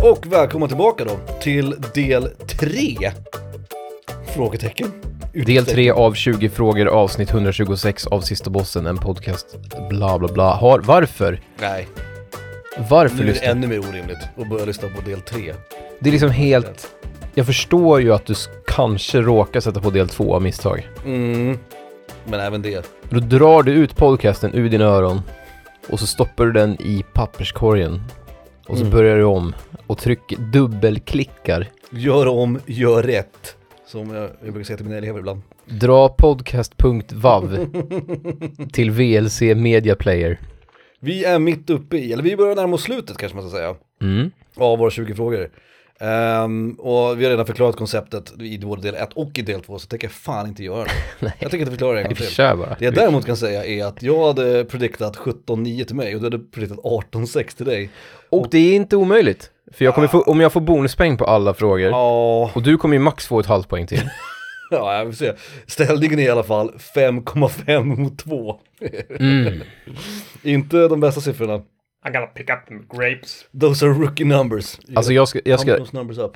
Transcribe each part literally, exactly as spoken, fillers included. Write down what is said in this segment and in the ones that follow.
och välkomna tillbaka då till del tre. Frågetecken. Del tre av tjugo frågor, avsnitt etthundratjugosex av Sista Bossen, en podcast bla bla bla. Har, varför? Nej. Varför Nu är det lyssna? ännu mer orimligt att börja lyssna på del tre. Det är liksom helt... Jag förstår ju att du s- kanske råkar sätta på del två av misstag. Mm. Men även det. Då drar du ut podcasten ur dina öron och så stoppar du den i papperskorgen. Och så Mm. börjar du om och trycker, dubbelklickar. Gör om, gör rätt. Som jag, jag brukar säga till mina elever ibland. Dra podcast.vav till V L C Media Player. Vi är mitt uppe i, eller vi börjar närma oss slutet kanske man ska säga. Mm. Av våra tjugo frågor. Um, och vi har redan förklarat konceptet i både del ett och i del två, så tänker jag fan inte göra det. Nej. Jag tänker inte förklara det en gång Vi till. kör bara. Det jag däremot kan säga är att jag hade prediktat sjutton nio till mig och du hade prediktat arton sex till dig. Och det är inte omöjligt. För jag kommer få, om jag får bonuspoäng på alla frågor. Ja, Och du kommer ju max få ett halvt poäng till. ja, jag vill se. Ställningen är i alla fall fem komma fem mot två. Mm. Inte de bästa siffrorna. I gotta pick up some grapes. Those are rookie numbers. Alltså jag ska, jag ska, Pump those numbers up.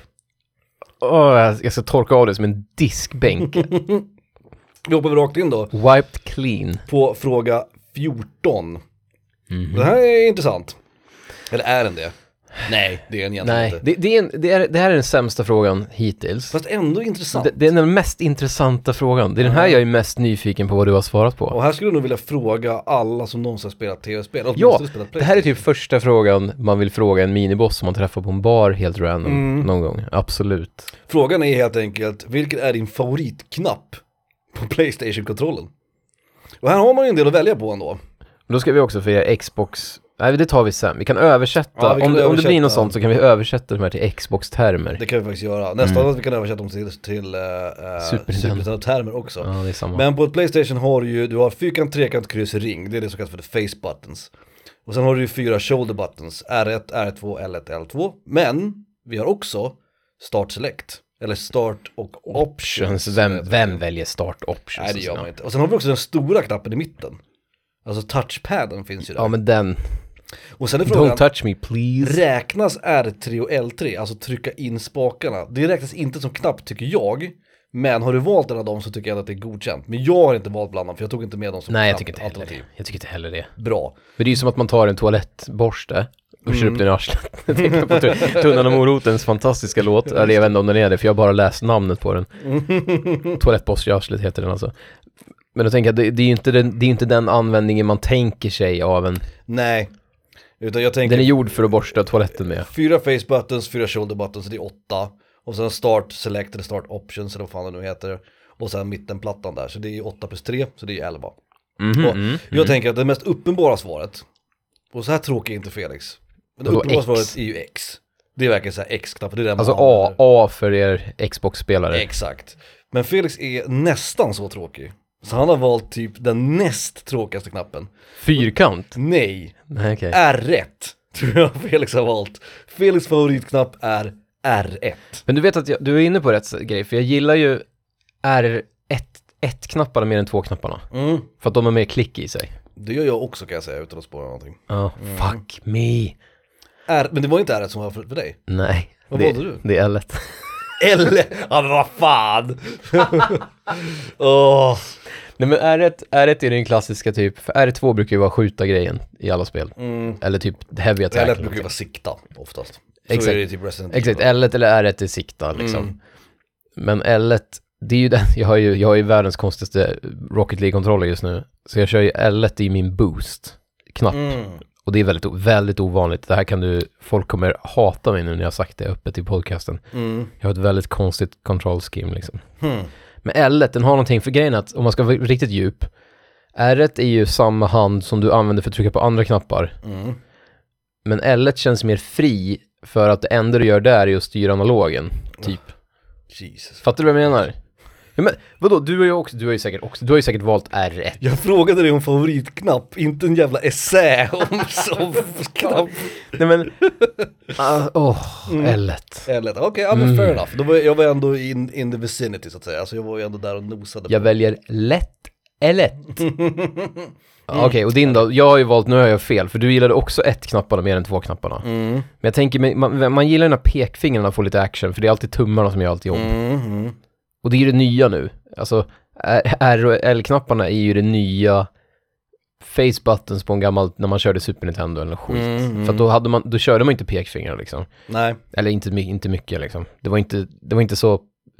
åh, jag- jag ska torka av det som en diskbänk. Vi hoppar rakt in då Wiped clean. på fråga fjorton. Mhm. Det här är intressant. Eller är den det? Nej, det är den egentligen Nej, inte. det, det, är en, det, är, det här är den sämsta frågan hittills. Fast ändå intressant. Det, det är den mest intressanta frågan. Det är den här jag är mest nyfiken på vad du har svarat på. Och här skulle jag nog vilja fråga alla som någonsin har spelat tv-spel. Ja, åtminstone spelat det här är typ första frågan man vill fråga en miniboss som man träffar på en bar helt random Mm. någon gång. Absolut. Frågan är helt enkelt, vilken är din favoritknapp på PlayStation-kontrollen? Och här har man ju en del att välja på ändå. Då ska vi också för er Xbox... Nej, det tar vi sen. Vi kan översätta. Ja, vi kan om, det, om det blir översätta. något sånt så kan vi översätta de här till Xbox-termer. Det kan vi faktiskt göra. Nästan Mm. att vi kan översätta dem till, till uh, Super Nintendo. Super-termer också. Ja, det är samma. Men på ett PlayStation har du ju, du har fyrkant, trekant, kryss, ring. Det är det som kallas för the face buttons. Och sen har du ju fyra shoulder buttons. R ett, R två, L ett, L två. Men vi har också start select. Eller start och options. Vem, vem väljer start options? Nej, det gör man inte. Och sen har vi också den stora knappen i mitten. Alltså touchpaden finns ju där. Ja, men den. Och sen är Don't frågan, touch me, please. räknas R tre och L tre, alltså trycka in spakarna? Det räknas inte som knapp tycker jag. Men har du valt en av dem så tycker jag att det är godkänt. Men jag har inte valt bland dem för jag tog inte med dem som Nej, jag knapp- tycker inte heller alternativ. det. Jag tycker inte heller det. Bra. För det är ju som att man tar en toalettborste och kör Mm. upp den i arslet. Jag tänker på Tu- Tunnan och morotens fantastiska låt. Eller jag vet inte om den är det, för jag har bara läst namnet på den. Toalettborste i arslet heter den alltså. Men då tänker jag, det, det är ju inte den, det är inte den användningen man tänker sig av en. Nej. Utan jag tänker Den är gjord för att borsta toaletten med. fyra face buttons, fyra shoulder buttons, så det är åtta. Och sen start select eller start options eller vad fan det nu heter. Och sen mittenplattan där, så det är åtta plus tre, så det är elva. Mhm, Och mm, jag tänker att det mest uppenbara svaret, och så här tråkig är inte Felix, men det Vadå, uppenbara X? svaret är ju X. Det är verkligen så här X-knapp, det är den Alltså man A, använder. A för er Xbox-spelare. Exakt. Men Felix är nästan så tråkig. Så han har valt typ den näst tråkigaste knappen. Fyrkant? Nej, Nej, okej. R ett tror jag Felix har valt. Felix favoritknapp är R ett. Men du vet att jag, du är inne på rätt grej, för jag gillar ju R ett-knapparna mer än två-knapparna. Mm. För att de har mer klick i sig. Det gör jag också kan jag säga utan att spåra någonting. Ja, Mm. fuck me. R, men det var inte R ett som var för, för dig. Nej, Vad det, valde du? det är L ett. Eller, ja men vad fan. Åh. Nej, men R ett, R ett är den klassiska typ, för R två brukar ju vara skjuta grejen i alla spel. Mm. Eller typ heavy attack. L ett eller brukar ju någonting. vara sikta oftast. Så Exakt. är det typ Resident Exakt, Evil. L ett eller R ett är sikta liksom. Mm. Men L ett, det är ju den, jag har ju, jag har ju världens konstigaste Rocket League-kontroller just nu. Så jag kör ju L ett i min boost-knapp. Mm. Och det är väldigt, o- väldigt ovanligt. Det här kan du, folk kommer hata mig nu när jag har sagt det öppet i podcasten. Mm. Jag har ett väldigt konstigt control scheme liksom. Hmm. Men L ett, den har någonting för grejen att om man ska vara riktigt djup, R ett är ju samma hand som du använder för att trycka på andra knappar. Mm. Men L ett känns mer fri för att det enda du gör där är att styra analogen, typ. Jesus. Fattar du vad jag menar? Ja, men vadå, du har ju också, du har ju säkert också, du har ju säkert valt R ett. Jag frågade dig om favoritknapp, inte en jävla essä om som knapp. Nej men, uh, oh, Mm. L ett. Eller, okej, okay, ja men Mm. fair enough. Då var jag, jag var ändå in, in the vicinity så att säga. Alltså jag var ju ändå där och nosade. Jag väljer lätt L ett. Okej, okay, och din då? Jag har ju valt, nu har jag fel, för du gillade också ett-knapparna mer än två-knapparna. Mm. Men jag tänker, man, man gillar när pekfingrarna får lite action, för det är alltid tummarna som gör allt jobb. Mm, mm. Och det är ju det nya nu. Alltså, R och L-knapparna är ju det nya face buttons på en gammal, när man körde Super Nintendo eller skit. Mm, mm. För då, hade man, då körde man inte pekfingrar liksom. Nej. Eller inte, inte mycket liksom. Det var inte, det var inte så,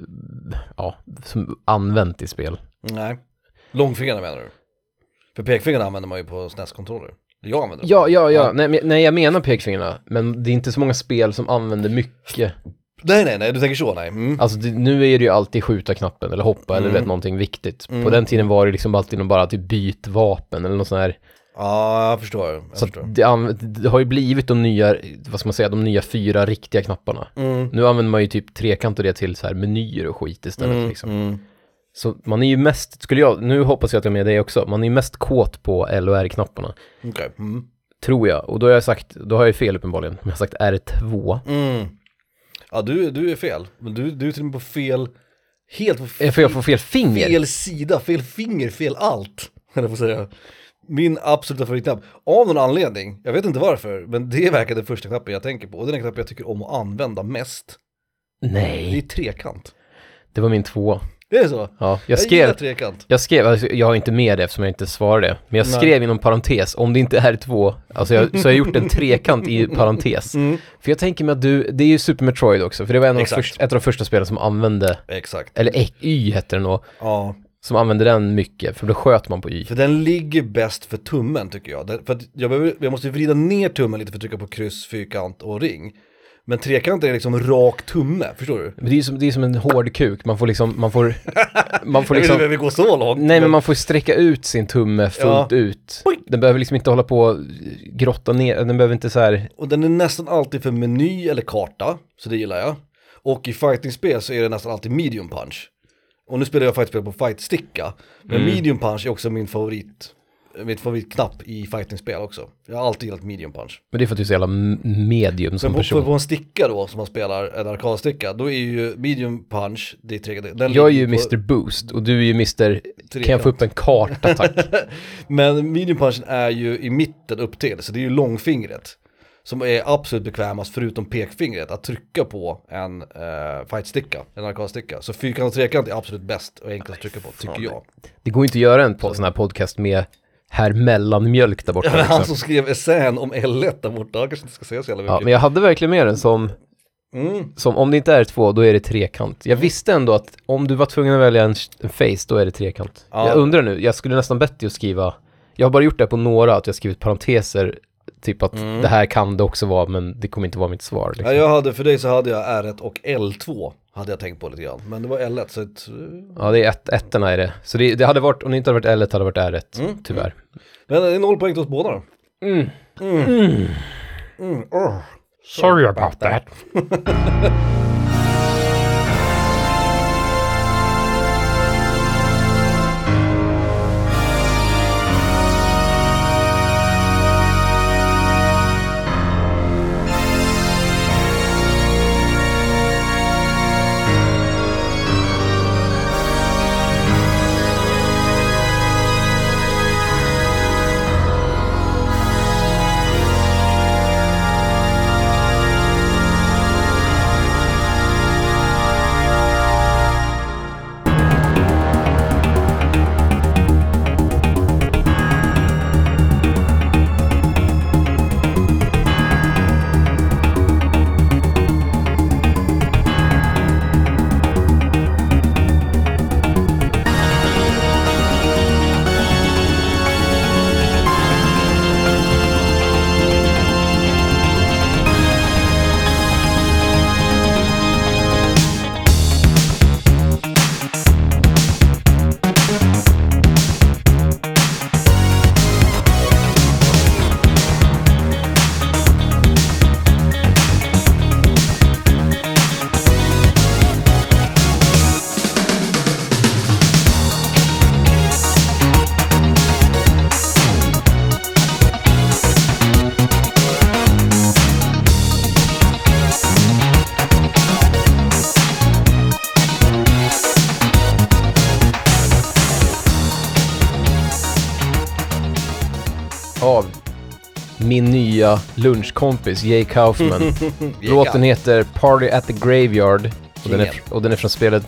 ja, som använt i spel. Nej. Långfingrarna menar du? För pekfingrarna använder man ju på S N E S-kontroller. Jag använder Ja, ja, ja. ja. Nej, men, nej, jag menar pekfingrarna. Men det är inte så många spel som använder mycket. Nej, nej, nej, du tänker så, nej. Mm. Alltså det, nu är det ju alltid skjuta-knappen eller hoppa Mm. eller vet någonting viktigt. Mm. På den tiden var det liksom alltid någon bara typ byt vapen eller något sånt här. Ja, jag förstår. Jag Så förstår. det, anv- det har ju blivit de nya, vad ska man säga, de nya fyra riktiga knapparna. Mm. Nu använder man ju typ trekant och det till så här menyer och skit istället Mm. liksom. Mm. Så man är ju mest, skulle jag, nu hoppas jag att jag är med dig också, man är ju mest kåt på L och R-knapparna. Okej. Okay. Mm. Tror jag, och då har jag sagt, då har jag fel uppenbarligen, men jag har sagt R två. Mm. Ja, du, du är fel. Men du, du är till och med på fel, helt på fel, För jag får fel finger. fel sida, fel finger, fel allt. Eller får säga. Min absoluta favoritknapp. Av någon anledning, jag vet inte varför, men det verkar den första knappen jag tänker på. Och det är den knappen jag tycker om att använda mest. Det är Nej, trekant. det var min två. Det är så? Ja, jag Jag skrev, gillar trekant. jag skrev, alltså, jag har inte med det eftersom jag inte svarade, men jag Nej. skrev inom parentes, om det inte är två, alltså jag, så har jag gjort en trekant i parentes. Mm. För jag tänker mig att du, det är ju Super Metroid också, för det var en av de Exakt. första, ett av de första spelen som använde, Exakt. eller E- Y hette den då, Ja. som använde den mycket, för då sköt man på Y. För den ligger bäst för tummen tycker jag. Den, för att jag, behöver, jag måste vrida ner tummen lite för att trycka på kryss, fyrkant och ring. Men trekant är liksom rak tumme, förstår du? Men det är ju som, det är som en hård kuk, man får liksom, man får, man får Jag vet inte om liksom, jag vill gå så långt. nej men man får sträcka ut sin tumme fullt Ja. ut. Den behöver liksom inte hålla på och grotta ner, den behöver inte så här. Och den är nästan alltid för meny eller karta, så det gillar jag. Och i fighting-spel så är det nästan alltid medium punch. Och nu spelar jag fighting-spel på fight-sticka. Men Mm. medium punch är också min favorit, min favoritknapp i fighting-spel också. Jag har alltid gillat medium punch. Men det är för att du är så jävla m- medium som Men på, person. på, på en sticka då, som man spelar, en arkadsticka, då är ju medium punch, det är trekant. Den Jag är ligger ju på mister Boost och du är ju mister trekant. Kan jag få upp en karta tack? Men medium punchen är ju i mitten upp till, så det är ju långfingret. Som är absolut bekvämast förutom pekfingret att trycka på en uh, fightsticka, en arkadsticka. Så fyrkant och trekant är absolut bäst och enklast att trycka på, tycker jag. Det går inte att göra en på, sån här podcast med här mellanmjölk där borta. Han Liksom. som skrev essän om L ett där borta, jag kanske inte ska säga så jävla mycket. Ja, men jag hade verkligen med den som, Mm. som om det inte är två, då är det trekant. Jag visste ändå att om du var tvungen att välja en, en face, då är det trekant. Ja. Jag undrar nu, jag skulle nästan bett dig att skriva, jag har bara gjort det på några, att jag skrivit parenteser, typ att Mm. det här kan det också vara, men det kommer inte vara mitt svar. Liksom. Ja, jag hade, för dig så hade jag R ett och L två hade jag tänkt på lite grann. Men det var L ett så ett, Ja, det är ett, ettorna är det. Så det, det hade varit, om det inte hade varit L ett hade det varit R ett, Mm. tyvärr. men det är noll poäng till oss båda då. Mm. Mm. Mm. Mm. Oh. Sorry about that. av min nya lunchkompis Jay Kaufman. Låten heter Party at the Graveyard och den, är, och den är från spelet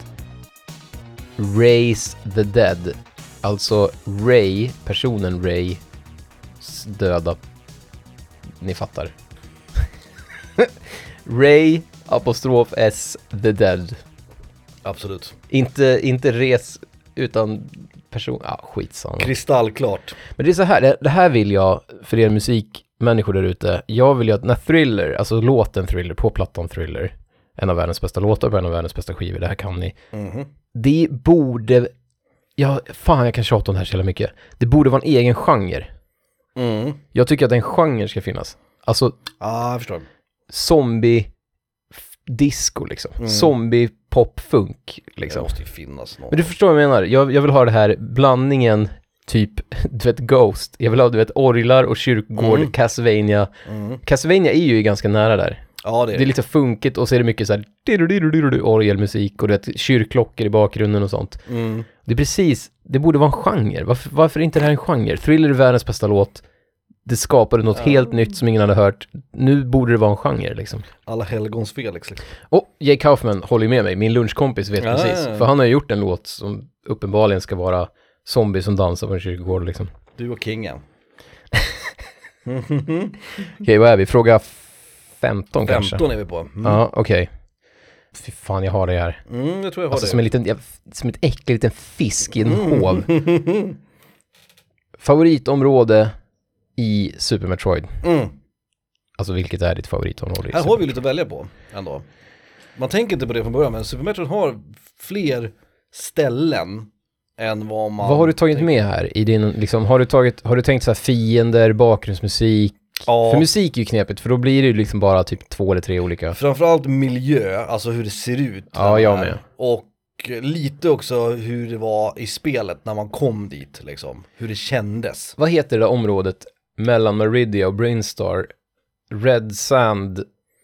Raise the Dead. Alltså Ray, personen Ray döda. Ni fattar. Ray apostrof S the Dead. Absolut. Inte, inte res utan person. Ja, ah, skitsamma. Kristallklart. Men det är så här, det, det här vill jag för er musikmänniskor där ute. Jag vill ju att när Thriller, alltså låten Thriller på plattan Thriller, en av världens bästa låtar på en av världens bästa skivor, det här kan ni. Mm-hmm. Det borde, ja fan jag kan tjata om det här så jävla mycket. Det borde vara en egen genre. Mm. Jag tycker att en genre ska finnas. Alltså, ah, jag förstår. Zombie disco liksom. Mm. Zombie pop funk liksom. Det måste ju finnas någon. Men du förstår vad jag menar. Jag, jag vill ha det här blandningen typ, du vet, Ghost. Jag vill ha, du vet, orglar och kyrkogård, mm. Castlevania. Mm. Castlevania är ju ganska nära där. Ja, det är det är lite funkigt och så är det mycket så här orgelmusik och du vet, kyrkklockor i bakgrunden och sånt. Mm. Det är precis, det borde vara en genre. Varför, varför är inte det här en genre? Thriller är världens bästa låt. Det skapade något ja. helt nytt som ingen hade hört. Nu borde det vara en genre liksom. Alla helgons Felix liksom. Och Jay Kaufman håller ju med mig. Min lunchkompis vet ja, precis. ja, ja. För han har ju gjort en låt som uppenbarligen ska vara zombie som dansar på en kyrkogård liksom. Du och kingen. Okej, okay, vad är vi? Fråga femton kanske? femton är vi på. Mm. Ja, okej. Okay. Fy fan, jag har det här. Mm, jag tror jag har alltså det. Som en liten, jag, som ett äcklig liten fisk i en mm. hov. Favoritområde i Super Metroid. Mm. Alltså vilket är ditt favoritområde? Här har vi lite att välja på ändå. Man tänker inte på det från början, men Super Metroid har fler ställen än vad man... Vad har du tagit tänker. med här? I din, liksom, har, du tagit, har du tänkt så här fiender, bakgrundsmusik? Ja. För musik är ju knepigt, för då blir det ju liksom bara typ två eller tre olika. Framförallt miljö, alltså hur det ser ut. Ja, jag med. Och lite också hur det var i spelet när man kom dit, liksom. Hur det kändes. Vad heter det där området mellan Maridia och Brainstar? Red Sand.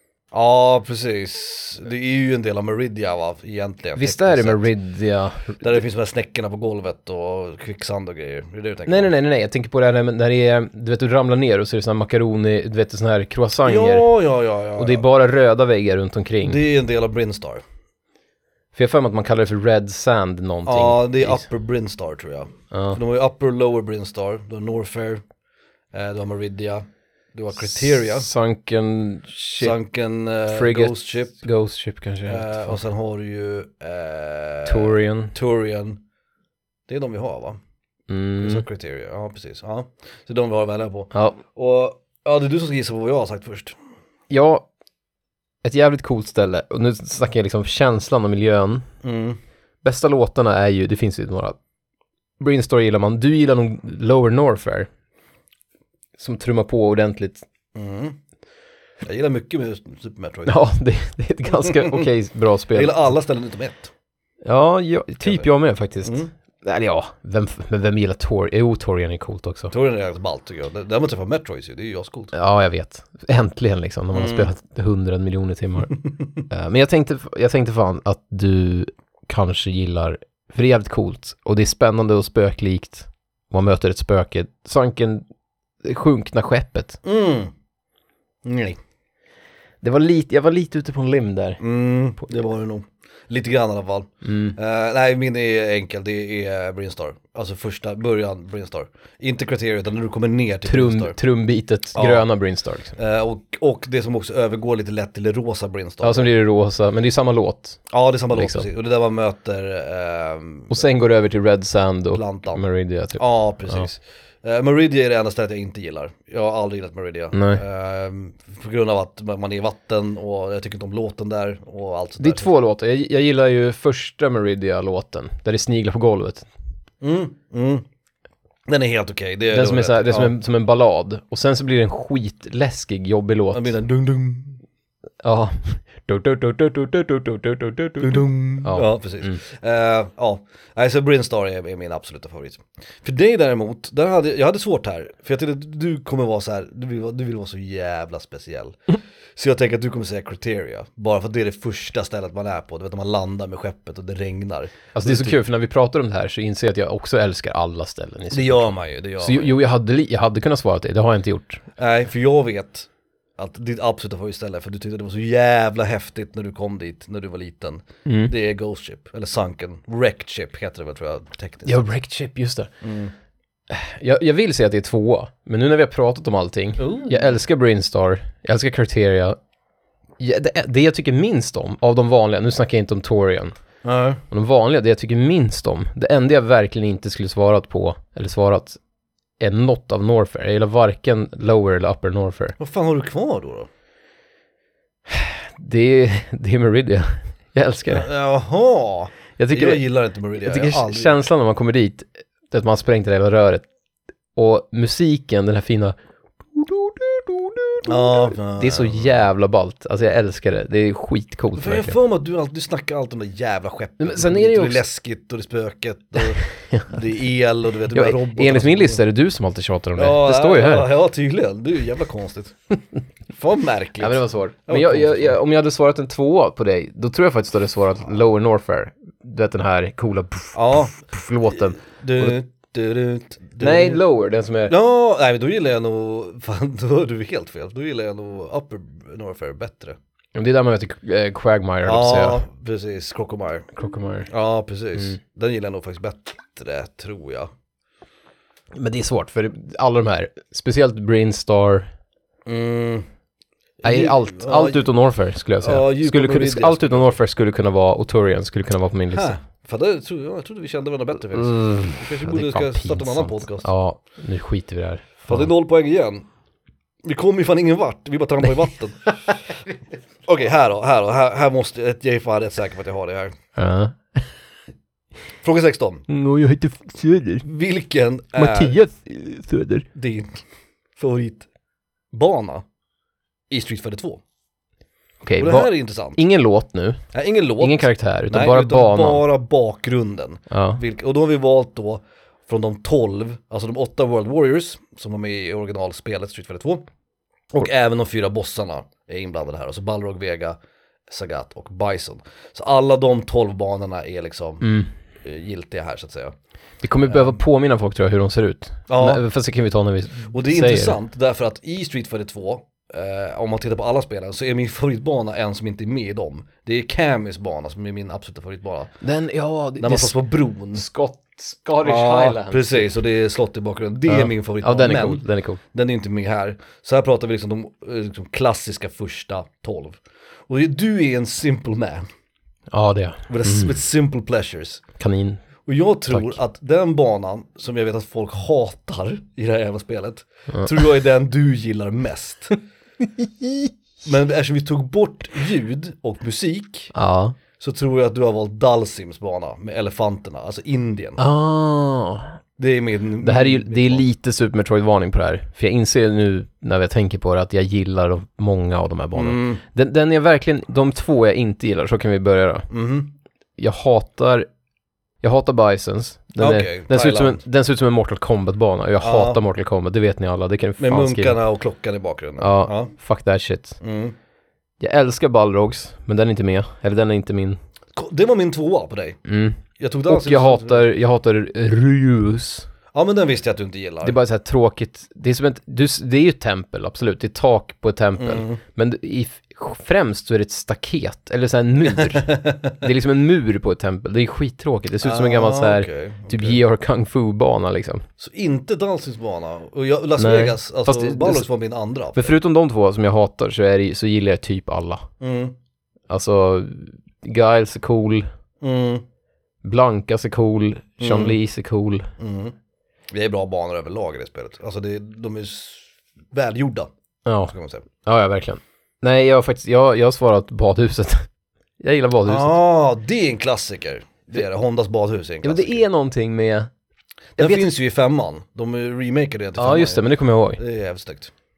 Ja, precis. Det är ju en del av Meridia, va, egentligen. Visst är det Meridia? Där det finns de här snäckorna på golvet och kvicksand och grejer. Det är det du tänker nej, på? nej, nej, nej. Jag tänker på det här när det är, du vet, du ramlar ner och så är det såna här makaroni, du vet, såna här croissanter. Ja, ja, ja, ja. Och det är bara röda väggar runt omkring. Det är en del av Brinstar. För jag för mig att man kallar det för Red Sand någonting. Ja, det är Upper Brinstar tror jag. Ja. För de har ju Upper och Lower Brinstar. Du har Norfair, eh, du har Meridia, du har Criteria, Sunken Ship. Sunken eh, Frigate. Ghost Ship. Ghost Ship kanske. Eh, och sen har du ju eh, Turian. Turian. Det är de vi har, va? Mm. Så Criteria, ja precis. Ja. Så de vi har att välja på. Ja. Och ja, det är du som ska gissa på vad jag har sagt först. Ja, ett jävligt coolt ställe. Och nu snackar jag liksom känslan och miljön. Mm. Bästa låtarna är ju, det finns ju några. Brainstorm gillar man. Du gillar nog Lower Norfair. Som trummar på ordentligt. Mm. Jag gillar mycket med Super Metroid. Ja, det, det är ett ganska okej, okay, bra spel. Jag gillar alla ställen utom ett. Ja, ja typ jag med faktiskt. Mm. Eller ja, vem, men vem gillar Tor? Jo, Torian är coolt också. Torian är jävligt ballt tycker jag. Det har man träffat Metroid ju, det är ju ascoolt. Ja, jag vet. Äntligen liksom, när man Mm. har spelat hundra miljoner timmar. uh, men jag tänkte, jag tänkte fan att du kanske gillar, för det är jävligt coolt. Och det är spännande och spöklikt. Man möter ett spöke. Sunken, sjunkna skeppet. Mm. Nej. Det var lite, jag var lite ute på en lim där. Mm, det var det nog. Lite grann i alla fall. Mm. Uh, nej, min är enkel. Det är Brinstar. Alltså första början Brinstar. Inte Criteria, utan när du kommer ner till Trum, Brinstar. trumbitet, Ja. gröna Brinstar. Liksom. Uh, och, och det som också övergår lite lätt till det rosa Brinstar. Ja, som blir det rosa, men det är samma låt. Ja, det är samma liksom. låt precis. Och det där man möter... ehm, Och sen går det över till Red Sand och Plantan. Meridia typ. Ja, precis. Uh, Meridia är det enda stället jag inte gillar. Jag har aldrig gillat Meridia. Nej. Uh, på grund av att man är i vatten och jag tycker inte om låten där och allt sånt Det är där. två låtar. Jag, jag gillar ju första Meridia-låten, där det sniglar på golvet. Mm, mm. Den är helt okej. Okay. Den som är, så här, det är som, en, som en ballad. Och sen så blir det en skitläskig, jobbig låt. Jag menar dung dung. Ja. Du, du, du, du, du, du, du, du, du, du, du, du. Ja, Ja. precis. Mm. Uh, ja, alltså Brinstar är, är min absoluta favorit. För dig däremot, där hade, jag hade svårt här. För jag tänkte att du kommer vara så här, du vill, du vill vara så jävla speciell. Så jag tänker att du kommer säga Criteria. Bara för att det är det första stället man är på. Du vet när man landar med skeppet och det regnar. Alltså det är så kul, för när vi pratar om det här så inser jag att jag också älskar alla ställen i Det gör man ju, det gör Så man ju. jo, jag hade, li- jag hade kunnat svara det, det har jag inte gjort. Nej, för jag vet att ditt absoluta favoritställe, för du tyckte det var så jävla häftigt när du kom dit, när du var liten. Mm. Det är Ghost Ship, eller Sunken, Wrecked Ship heter det väl tror jag tekniskt. Ja, Wrecked Ship, just det. Mm. Jag, jag vill säga att det är tvåa, men nu när vi har pratat om allting, Oh. jag älskar Brinstar, jag älskar Criteria. Ja, det, det jag tycker minst om, av de vanliga, nu snackar jag inte om Torian, Nej. men de vanliga, det jag tycker minst om, det enda jag verkligen inte skulle svarat på, eller svarat, är något av Norfair. Jag gillar varken Lower eller Upper Norfair. Vad fan har du kvar då då? Det är, det är Meridia. Jag älskar det. Jaha, Jag tycker, jag det, gillar inte Meridia. jag tycker jag har aldrig- känslan när man kommer dit, det är att man har sprängt det hela röret. Och musiken, den här fina... Ja, Det är så jävla ballt. Alltså jag älskar det. Det är skitcoolt För jag verkligen. får mig att du alltid du snackar allt om det jävla skeppet. Men sen är det ju det är också- läskigt och det är spöket och det är el och du vet det Ja, är robotar. enligt min lista är det du som alltid tjatar om det. Ja, Det står ju här. Ja, ja, tydligen. Det är ju jävla konstigt. Fan märkligt. Ja, men det var svårt. Ja, Men jag, jag, konstigt. jag, om jag hade svarat en tvåa på dig, då tror jag faktiskt att jag hade svarat Lower Norfair. Du vet den här coola puff, Ja. puff, låten. Du, du, du, du. Nej, Lower, den som är... Ja, nej men då gillar jag nog, fan då är du helt fel. Då gillar jag nog Upper Norfair bättre. Det är där man vet eh, Quagmire, eller vad Ja, säga. precis. Crocomire. Crocomire. Ja, precis. Mm. Den gillar jag nog faktiskt bättre, tror jag. Men det är svårt, för alla de här, speciellt Brinstar, Mm. nej, allt, Ja, allt utom Norfair skulle jag säga. Ja, djupa skulle kunna, Meridian allt skulle utom Norfair skulle kunna vara, och Turian skulle kunna vara på min lista. Här. För det, jag, trodde, jag trodde vi kände varandra bättre Felix. Mm. Vi kanske Ja, borde det är ska fan starta en annan pinsamt. podcast. Ja, nu skiter vi i det här. Fan, det är noll poäng igen. Vi kommer ju fan ingen vart, vi bara trampar i vatten. Okej, här då, här då, här, här måste jag, jag är fan rätt säker på att jag har det här. Ja. Fråga sexton. Mm, jag heter Söder. Vilken är Mattias Söder. din favoritbana i Street Fighter två? Okej, Och det ba- här är intressant. ingen låt nu, Nej, ingen låt. ingen karaktär, utan Nej, bara utan banan. bara bakgrunden. Ja. Vilk, och då har vi valt då från de tolv, alltså de åtta World Warriors som var med i originalspelet Street Fighter två. Och även de fyra bossarna är inblandade här, alltså Balrog, Vega, Sagat och Bison. Så alla de tolv banorna är liksom Mm. eh, giltiga här så att säga. Vi kommer behöva påminna folk tror jag hur de ser ut. Ja. Men, fast det kan vi ta när vi Och det är säger intressant därför att i Street Fighter två, eh, om man tittar på alla spelen, så är min favoritbana en som inte är med i dem. Det är Camis bana som är min absoluta favoritbana. Den, ja, det, När man slåss på bron. Scott, Scottish Ja, Highlands. precis, och det är slott i bakgrunden. Det Ja. är min favoritbana. Ja, den är Men cool, den är cool. den är inte med här. Så här pratar vi liksom de eh, liksom klassiska första tolv. Och du är en simple man. Ja, det är With, a, with simple pleasures. kanin. Och jag tror Tack. att den banan som jag vet att folk hatar i det här jävla spelet, tror jag är den du gillar mest. Men eftersom vi tog bort ljud och musik, Ja. så tror jag att du har valt Dalsims bana med elefanterna, alltså Indien. Ah. Det är min... Det här är ju, min det är val. lite Super Metroid-varning på det här. För jag inser nu när jag tänker på det att jag gillar de- många av de här banorna. Mm. Den, den är verkligen, de två jag inte gillar, så kan vi börja då. Mhm. Jag hatar, jag hatar Bisons. Den, Okej, är, den, ser ut som en, Thailand. den ser ut som en Mortal Kombat-bana. Och jag Ja. hatar Mortal Kombat, det vet ni alla. Det kan ni Med fan skriva. munkarna och klockan i bakgrunden. Ja, fuck that shit. Ja. Mm. Jag älskar Balrogs, men den är inte med. Eller den är inte min. Ko- Det var min tvåa på dig. Mm. Jag tog Och Dalsims. jag hatar, jag hatar Ryus. Ja, men den visste jag att du inte gillar. Det är bara så här tråkigt. Det är som ett, du, det är ju ett tempel, absolut. Det är tak på ett tempel. Mm. Men det- i, främst så är det ett staket, eller så här en mur. Det är liksom en mur på ett tempel. Det är skittråkigt. Det ser ut som en gammal så här, Ah, okej, typ okej. J R Kung Fu-bana liksom. Så inte Dalsims bana. Och jag, Las Nej. Vegas, alltså Fast det- Balrogs det- var min andra. Men förutom de två som jag hatar så, är det, så gillar jag typ alla. Mm. Alltså, Giles är cool, Mm. Blankas är cool, Sean Mm. Lees är cool. Mm. Det är bra banor överlag i det spelet. Alltså det, de är s- välgjorda, Ja, ska man säga. ja, ja verkligen. Nej, jag har faktiskt, jag, jag har svarat badhuset. Jag gillar badhuset. Ja, ah, det är en klassiker. Det är det, Hondas badhus är en Ja, men klassiker. det är någonting med... Den Jag vet- finns ju i femman. De remakeade det till femman. Ja, just det, men det kommer jag ihåg. Det är jävligt snyggt.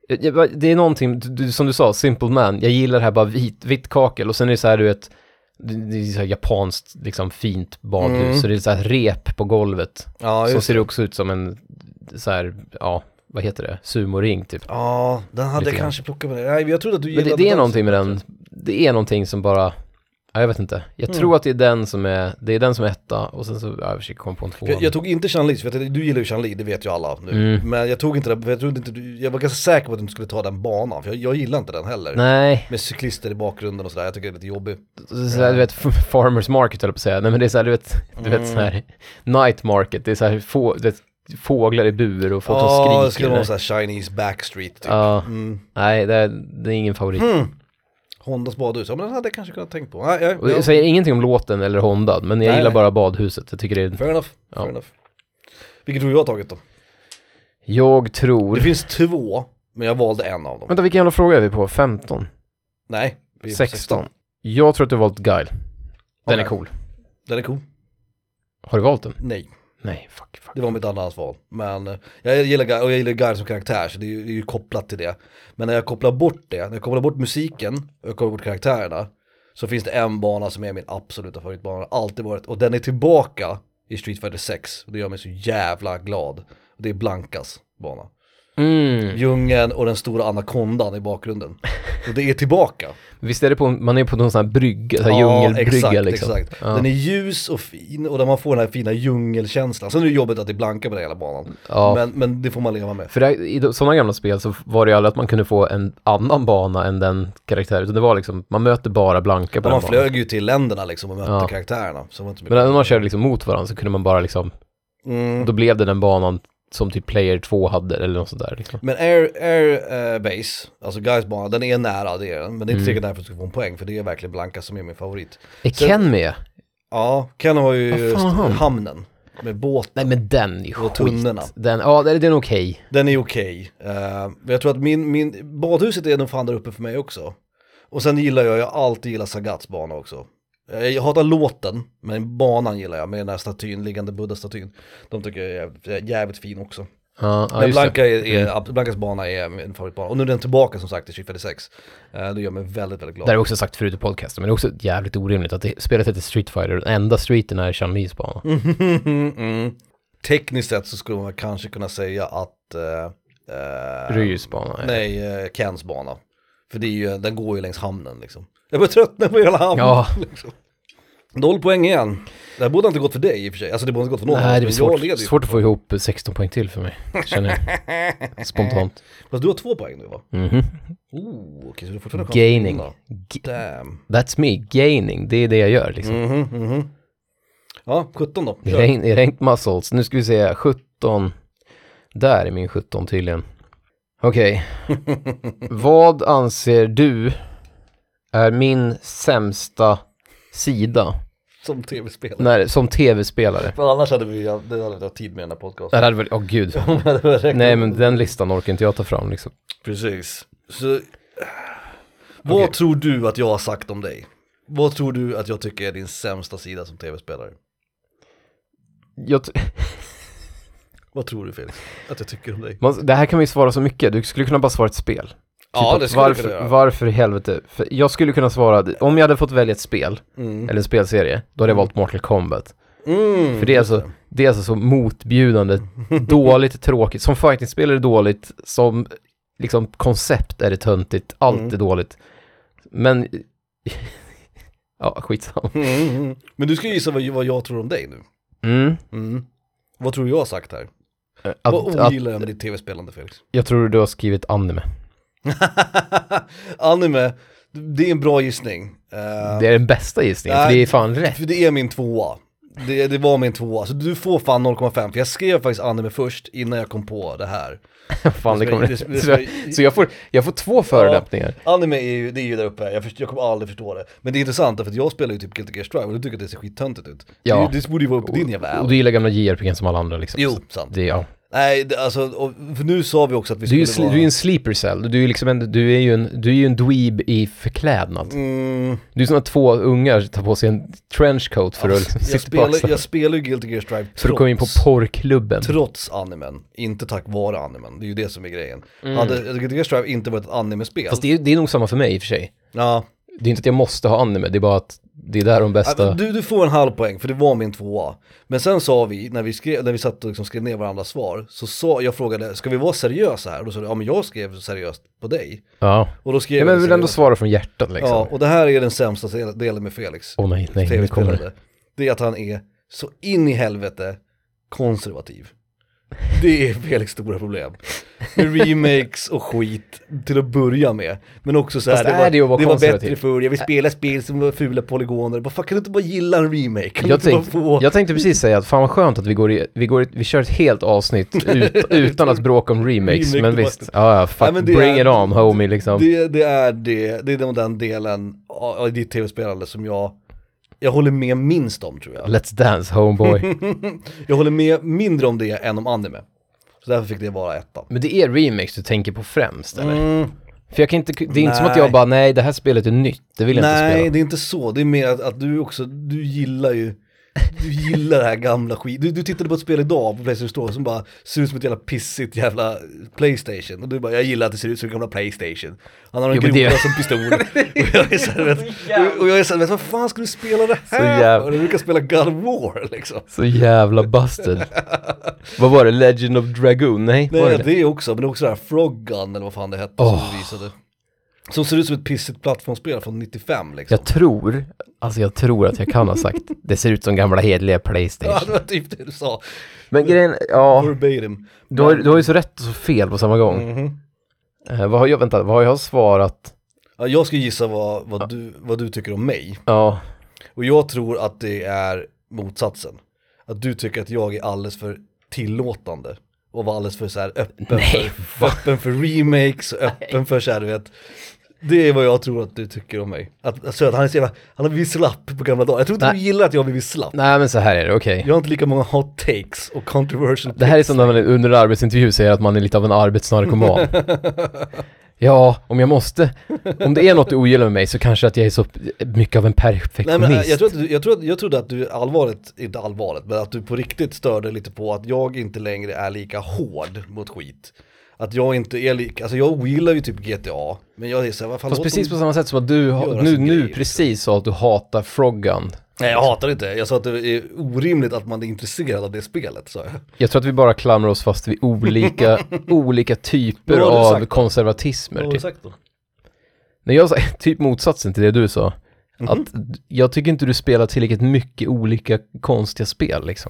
Det är någonting, du, som du sa, Simple Man. Jag gillar det här bara vit, vitt kakel. Och sen är det så här, du vet, det är så här japanskt, liksom fint badhus. Mm. Så det är så här rep på golvet. Ja, så ser det också ut som en, så här, ja, vad heter det? Sumoring typ. Ja, den hade jag kanske plockat med. Nej, jag trodde att du gillade den. Men det, det är någonting med den, det är någonting som bara... Ja, jag vet inte. Jag mm. tror att det är den som är det är den som är etta och sen så ja, jag försöker komma på en två. Jag, jag tog inte Chun-Li, för att du gillar ju Chun-Li, det vet ju alla nu. Mm. Men jag tog inte det, för jag trodde inte du, jag var ganska säker på att du skulle ta den banan, för jag, jag gillar inte den heller. Nej. Med cyklister i bakgrunden och sådär, jag tycker det är lite jobbigt. Så här, du vet, farmers market höll jag på att säga. Nej, men det är så här, du vet, du vet mm. så här night market, det är så här få, det, fåglar i bur och folk som skriker. Ja, det skulle vara så här Chinese backstreet typ. Ja. Mm. Nej, det är, det är ingen favorit. Mm. Hondas badhus, ja men den hade jag kanske kunnat tänka på. Nej, jag, jag, jag säger ingenting om låten eller Honda, men jag nej, gillar nej. bara badhuset. Jag tycker det är... Fair enough, ja. fair enough. Vilket tror du jag har tagit då? Jag tror... Det finns två, men jag valde en av dem. Vänta, vilken jävla fråga är vi på? femton? Nej, vi är sexton. sexton. Jag tror att du har valt Guile. Den okay. är cool. Den är cool. Har du valt den? Nej. Nej, fuck, fuck. Det var mitt andra val. Men uh, jag gillar Guile, och jag gillar Guile som karaktär, så det är, ju, det är ju kopplat till det. Men när jag kopplar bort det, när jag kopplar bort musiken och jag kopplar bort karaktärerna, så finns det en bana som är min absoluta favoritbana. Alltid varit. Och den är tillbaka i Street Fighter sex. Och det gör mig så jävla glad. Och det är Blankas bana. Mm. Djungeln och den stora anakondan i bakgrunden. Och det är tillbaka. Visst är det på, man är på någon sån här brygga, så här ja, djungelbrygga exakt, liksom. exakt. Ja. Den är ljus och fin och där man får den här fina djungelkänslan. Sen är det jobbigt att det är blanka på den hela banan. Ja. Men, men det får man leva med. För det, i sådana gamla spel så var det ju aldrig att man kunde få en annan bana än den karaktären. Utan det var liksom, man möter bara blanka på ja, den man banan. flög ju till länderna liksom och mötte ja. karaktärerna. Så var inte så men när man körde liksom mot varandra så kunde man bara liksom, mm. då blev det den banan som typ Player två hade eller något sånt där liksom. Men Air, Air uh, Base, alltså Guys bana, den är nära det är den. Men det är inte mm. säkert därför att du ska få en poäng, för det är verkligen Blanka som är min favorit. Är så, Ken med? Ja, Ken har ju just hamnen med båten. Nej men den är skit. Och tunnorna. Den, ja, den, den är okej. Okay. Den är okej. Okay. Uh, jag tror att min, min badhuset är nog fan där uppe för mig också. Och sen gillar jag, jag alltid gillar Sagats bana också. Jag hatar låten, men banan gillar jag med den här statyn, liggande Buddha-statyn. De tycker jag är jävligt, jävligt fin också. Ja, ja, men Blanka är, är, mm. Blankas bana är min favoritbana. Och nu är den tillbaka som sagt i Street Fighter sex. uh, Det gör mig väldigt, väldigt glad. Det har jag också sagt förut i podcasten. Men det är också jävligt orimligt att det, spelet heter Street Fighter. Den enda streeten är Chun-Lis bana. mm, mm. Tekniskt sett så skulle man kanske kunna säga att uh, uh, Ryus bana är. Nej, uh, Kens bana. För det är ju, den går ju längs hamnen liksom. Jag börjar tröttna på hela hamnen ja. liksom. Noll poäng igen. Det här borde inte gått för dig i och för sig. Alltså det borde inte gått för någon. Nej, det är svårt, svårt att få ihop sexton poäng till för mig. Känner jag. Spontant. Fast du har två poäng nu va? Mhm. Oh, okej, så du fortfarande gaining. Damn. That's me, gaining. Det är det jag gör liksom. Mhm, mhm. Ja, sjutton då. I ranked, ranked muscles. Nu ska vi se, sjutton. Där är min sjutton tydligen. Okej. Okay. Vad anser du är min sämsta sida som tv-spelare? Nej, som tv-spelare. För annars hade vi, det hade vi tid med den här podcasten. Det hade väl, åh oh, gud. Nej, men den listan orkar inte jag ta fram liksom. Precis. Så vad okay. tror du att jag har sagt om dig? Vad tror du att jag tycker är din sämsta sida som tv-spelare? Jag t- Vad tror du Felix att jag tycker om dig? Man, det här kan vi svara så mycket. Du skulle kunna bara svara ett spel. Ja, typ det skulle varför, kunna göra. Varför i helvete? För jag skulle kunna svara, om jag hade fått välja ett spel mm. eller en spelserie, då hade jag valt Mortal Kombat. Mm, för det är, alltså, det är alltså så motbjudande, dåligt, tråkigt. Som fighting-spel är det dåligt, som liksom koncept är det töntigt, allt mm. är dåligt. Men ja, skitsamma. Mm, mm. Men du ska gissa vad, vad jag tror om dig nu. Mm. Mm. Vad tror du jag har sagt här? Att, vad ogillar jag med ditt tv-spelande Felix? Jag tror du har skrivit anime. Anime, det är en bra gissning. Uh, det är den bästa gissningen, nej, för det är fan rätt. För det är min tvåa. Det, det var min tvåa, så du får fan noll komma fem. För jag skrev faktiskt anime först innan jag kom på det här. Fan, det kommer det, det, det, så, så jag får, jag får två förolämpningar. Ja, anime är ju, det är ju där uppe, jag, först, jag kommer aldrig förstå det. Men det är intressant, för jag spelar ju typ Guilty Gear Strive och du tycker att det ser skittöntigt ut. Ja. Det, det borde ju vara upp på din jävla. Och du gillar gamla J R P G som alla andra liksom. Jo, sant. Det, ja. Nej, det, alltså, och, för nu sa vi också att vi Du är ju skulle sli- vara... du är en sleeper cell. Du är, liksom en, du är ju en, du är ju en dweeb i förklädnad. Mm, Du är som att två ungar tar på sig en trenchcoat för alltså, att liksom jag, sitta på spelar, axlarna. jag spelar ju Guilty Gear Strive För att komma in på trots, porrklubben. trots animen, inte tack vare animen. Det är ju det som är grejen. Mm. Hade Guilty Gear Strive inte varit ett anime-spel... Fast det är, det är nog samma för mig i och för sig. Ja. Det är inte att jag måste ha anime, det är bara att det är där de bästa... Du, du får en halv poäng, för det var min tvåa. Men sen sa vi, när vi, skrev, när vi satt och liksom skrev ner varandras svar, så sa, jag frågade, ska vi vara seriösa här? Och då sa du, ja men jag skrev seriöst på dig. Ja. Och då skrev Ja, men jag vill ändå seriöst. svara från hjärtat liksom. Ja, och det här är den sämsta delen med Felix. Åh nej, nej, nu kommer det. Tv-spelare. Det är att han är så in i helvete konservativ. Det är Felix stora problem. Med remakes och skit till att börja med. Men också så här, Fast det är var, det att vara det var konservativ? bättre förr. Jag vill spela spel som var fula polygoner. Vad fan, kan du inte bara gilla en remake? Kan Jag, du inte tänk, bara få... jag tänkte precis säga att fan vad skönt att vi går i, vi, går i, vi kör ett helt avsnitt ut, utan att bråka om remakes, Remake, men det visst, ja, ja, fuck, Nej, men det bring är- it on homie liksom. Det, det är det, det är den, den delen av ditt tv-spelande som jag, jag håller med minst om, tror jag. Let's dance homeboy. Jag håller med mindre om det än om anime. Så därför fick det vara ettan. Men det är remakes du tänker på främst, eller? Mm. För jag kan inte, det är inte som att Nej. jag bara, nej det här spelet är nytt, det vill jag inte Nej, spela. det är inte så. Det är mer att, att du också, du gillar ju, du gillar det här gamla skit. Du, du tittade på ett spel idag på PlayStation Store som bara ser ut som ett jävla pissigt jävla PlayStation. Och du bara, jag gillar att det ser ut som ett gamla PlayStation. Han har en Jo, men groda det- som pistol. och jag är såhär, vet, och, och jag är såhär, vet, vad fan ska du spela det Så här? jävla- Och du brukar spela God of War liksom. Så jävla busted. Vad var det? Legend of Dragoon? Nej, var Nej, det det är också, men det är också det här Frog Gun eller vad fan det hette Åh. som du visade. Som ser ut som ett pissigt plattformsspel från nittiofem liksom. Jag tror, alltså jag tror att jag kan ha sagt, det ser ut som gamla hedliga Ja, Playstation. det var typ det du sa. Men grejen, ja, Verbatim. du har, du har ju så rätt och så fel på samma gång. Mhm. Eh, vad har jag, vänta, vad har jag svarat? Ja, jag ska gissa vad, vad, du, vad du tycker om mig. Ja, Och jag tror att det är motsatsen. Att du tycker att jag är alldeles för tillåtande. Och var alldeles för så här öppen, Nej, för, öppen för remakes och öppen för så här, du vet. Det är vad jag tror att du tycker om mig. Att, alltså, att han är så jävla, han har blivit slapp på gamla dagar. Jag tror inte Nej. du gillar att jag har blivit slapp. nej men så här är det, okej. Jag har inte lika många hot takes och controversial Det här är takes. som när man under en arbetsintervju säger att man är lite av en arbetsnarkoman. Ja, om jag måste, om det är något du ogillar med mig så kanske att jag är så mycket av en Nej, perfektionist. men jag, tror att, du- jag, tror att, jag trodde att du allvarligt, inte allvarligt, men att du på riktigt störde lite på att jag inte längre är lika hård mot skit. Att jag inte är lika, alltså jag gillar ju typ G T A, men jag är såhär, vad fan, Fast låt precis dem- på samma sätt som att du har, göra nu, sin nu grej. precis sa att du hatar Froggun. Nej, jag hatar det inte. Jag sa att det är orimligt att man är intresserad av det spelet, sa jag. Jag tror att vi bara klamrar oss fast vid olika, olika typer Vad har du av sagt då? konservatismer. Vad har du Typ. sagt då? När jag sa typ motsatsen till det du sa, Mhm. att jag tycker inte du spelar tillräckligt mycket olika konstiga spel liksom.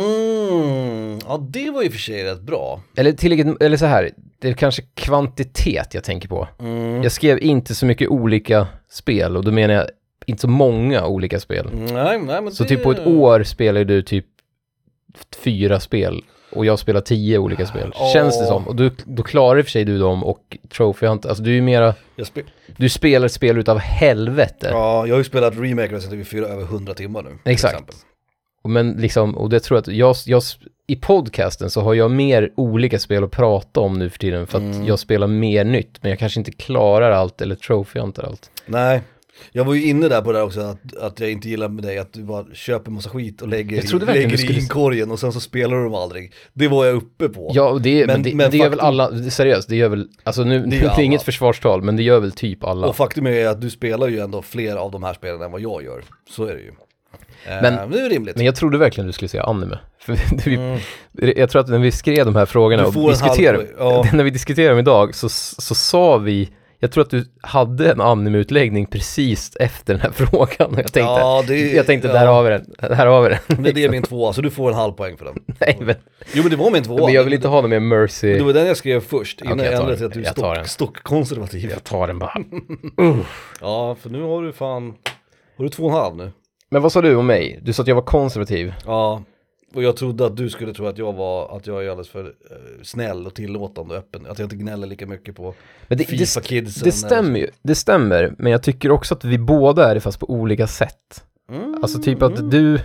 Mm, ja det var ju för sig rätt bra. Eller tillräckligt, eller så här, det är kanske kvantitet jag tänker på. Mm. Jag skrev inte så mycket olika spel och då menar jag inte så många olika spel. Nej, nej men Så det... typ på ett år spelar du typ fyra spel och jag spelar tio olika spel. Ja. Känns det som. Och du, då klarar i och för sig du dem och Trophy Hunt. Alltså du är ju mera, Jag spe... du spelar ett spel utav helvete. Ja, jag har ju spelat remake Resident Evil fyra över hundra timmar nu. till Exakt. exempel. Men liksom, och det tror jag att jag, jag, i podcasten så har jag mer olika spel att prata om nu för tiden för att Mm. jag spelar mer nytt, men jag kanske inte klarar allt eller Trophy Hunter allt. Nej, jag var ju inne där på det där också, att, att jag inte gillar med dig att du bara köper massa skit och lägger, Jag trodde i, verkligen lägger du i skulle- inkorgen och sen så spelar du dem aldrig. Det var jag uppe på. Ja, och det, men, Men- det, men det gör väl faktum- alla, seriöst, det gör väl, alltså nu, Det det gör är alla. inget försvarstal, men det gör väl typ alla. Och faktum är att du spelar ju ändå fler av de här spelen än vad jag gör. Så är det ju. Men- Men, det är ju rimligt. Men jag trodde verkligen du skulle säga anime. För det, vi, Mm. jag tror att när vi skrev de här frågorna Du och får en diskuterade, halv- ja. när vi diskuterade dem idag så, så sa vi, jag tror att du hade en anime-utläggning precis efter den här frågan. Och jag tänkte, Ja, det- jag tänkte ja. där har vi den, här har vi den. Men det är min tvåa, så du får en halv poäng för den. Nej, men, Jo men det var min tvåa. men jag vill inte ha någon mer mercy. Det var den jag skrev först, innan Okej, jag jag tar ändrade till den. att du är Jag tar den. stock, stockkonservativ. Jag tar den bara. Ja, för nu har du fan, har du två och en halv nu? Men vad sa du om mig? Du sa att jag var konservativ. Ja, och jag trodde att du skulle tro att jag var, att jag är alldeles för eh, snäll och tillåtande och öppen. Att jag inte gnäller lika mycket på Men det, FIFA det, Kidsen. det stämmer ju, det stämmer. Men jag tycker också att vi båda är det fast på olika sätt. Mm, Alltså typ att du,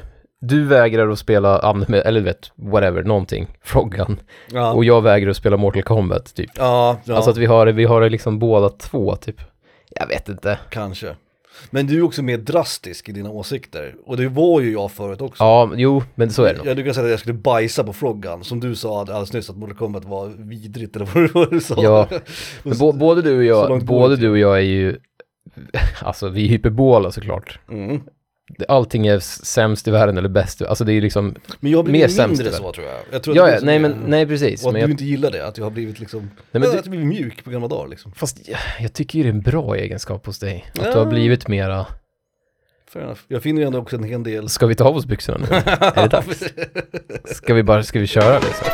du vägrar att spela, eller vet, whatever, någonting, Froggun. Ja. Och jag vägrar att spela Mortal Kombat, typ. Ja, ja. Alltså att vi har, vi har det liksom båda två, typ. Jag vet inte. Kanske. Men du är också mer drastisk i dina åsikter. Och det var ju jag förut också. Ja, jo, men så är det nog. Ja, du kan säga att jag skulle bajsa på Froggun. Som du sa alldeles nyss att Mortal Kombat var vidrigt, eller vad du sa. Ja, men bo, både du och Så jag, långt både bort. du och jag är ju, alltså vi är hyperbola såklart. Mm. Allting är sämst i världen eller bäst, alltså det är ju liksom Men jag blir mer mindre sämst i så världen. tror jag. jag tror Ja, att ja, det nej är- men, nej precis. Och att Men du jag, inte gillar det, att jag har blivit liksom, nej, men ja, du, att jag blivit mjuk på gamla dagar liksom. fast jag, jag tycker ju det är en bra egenskap hos dig. Att Ja. du har blivit mera, Fair enough. Jag finner ju ändå också en hel del. ska vi ta av oss byxorna nu? Är det dags? Ska vi bara, ska vi köra liksom?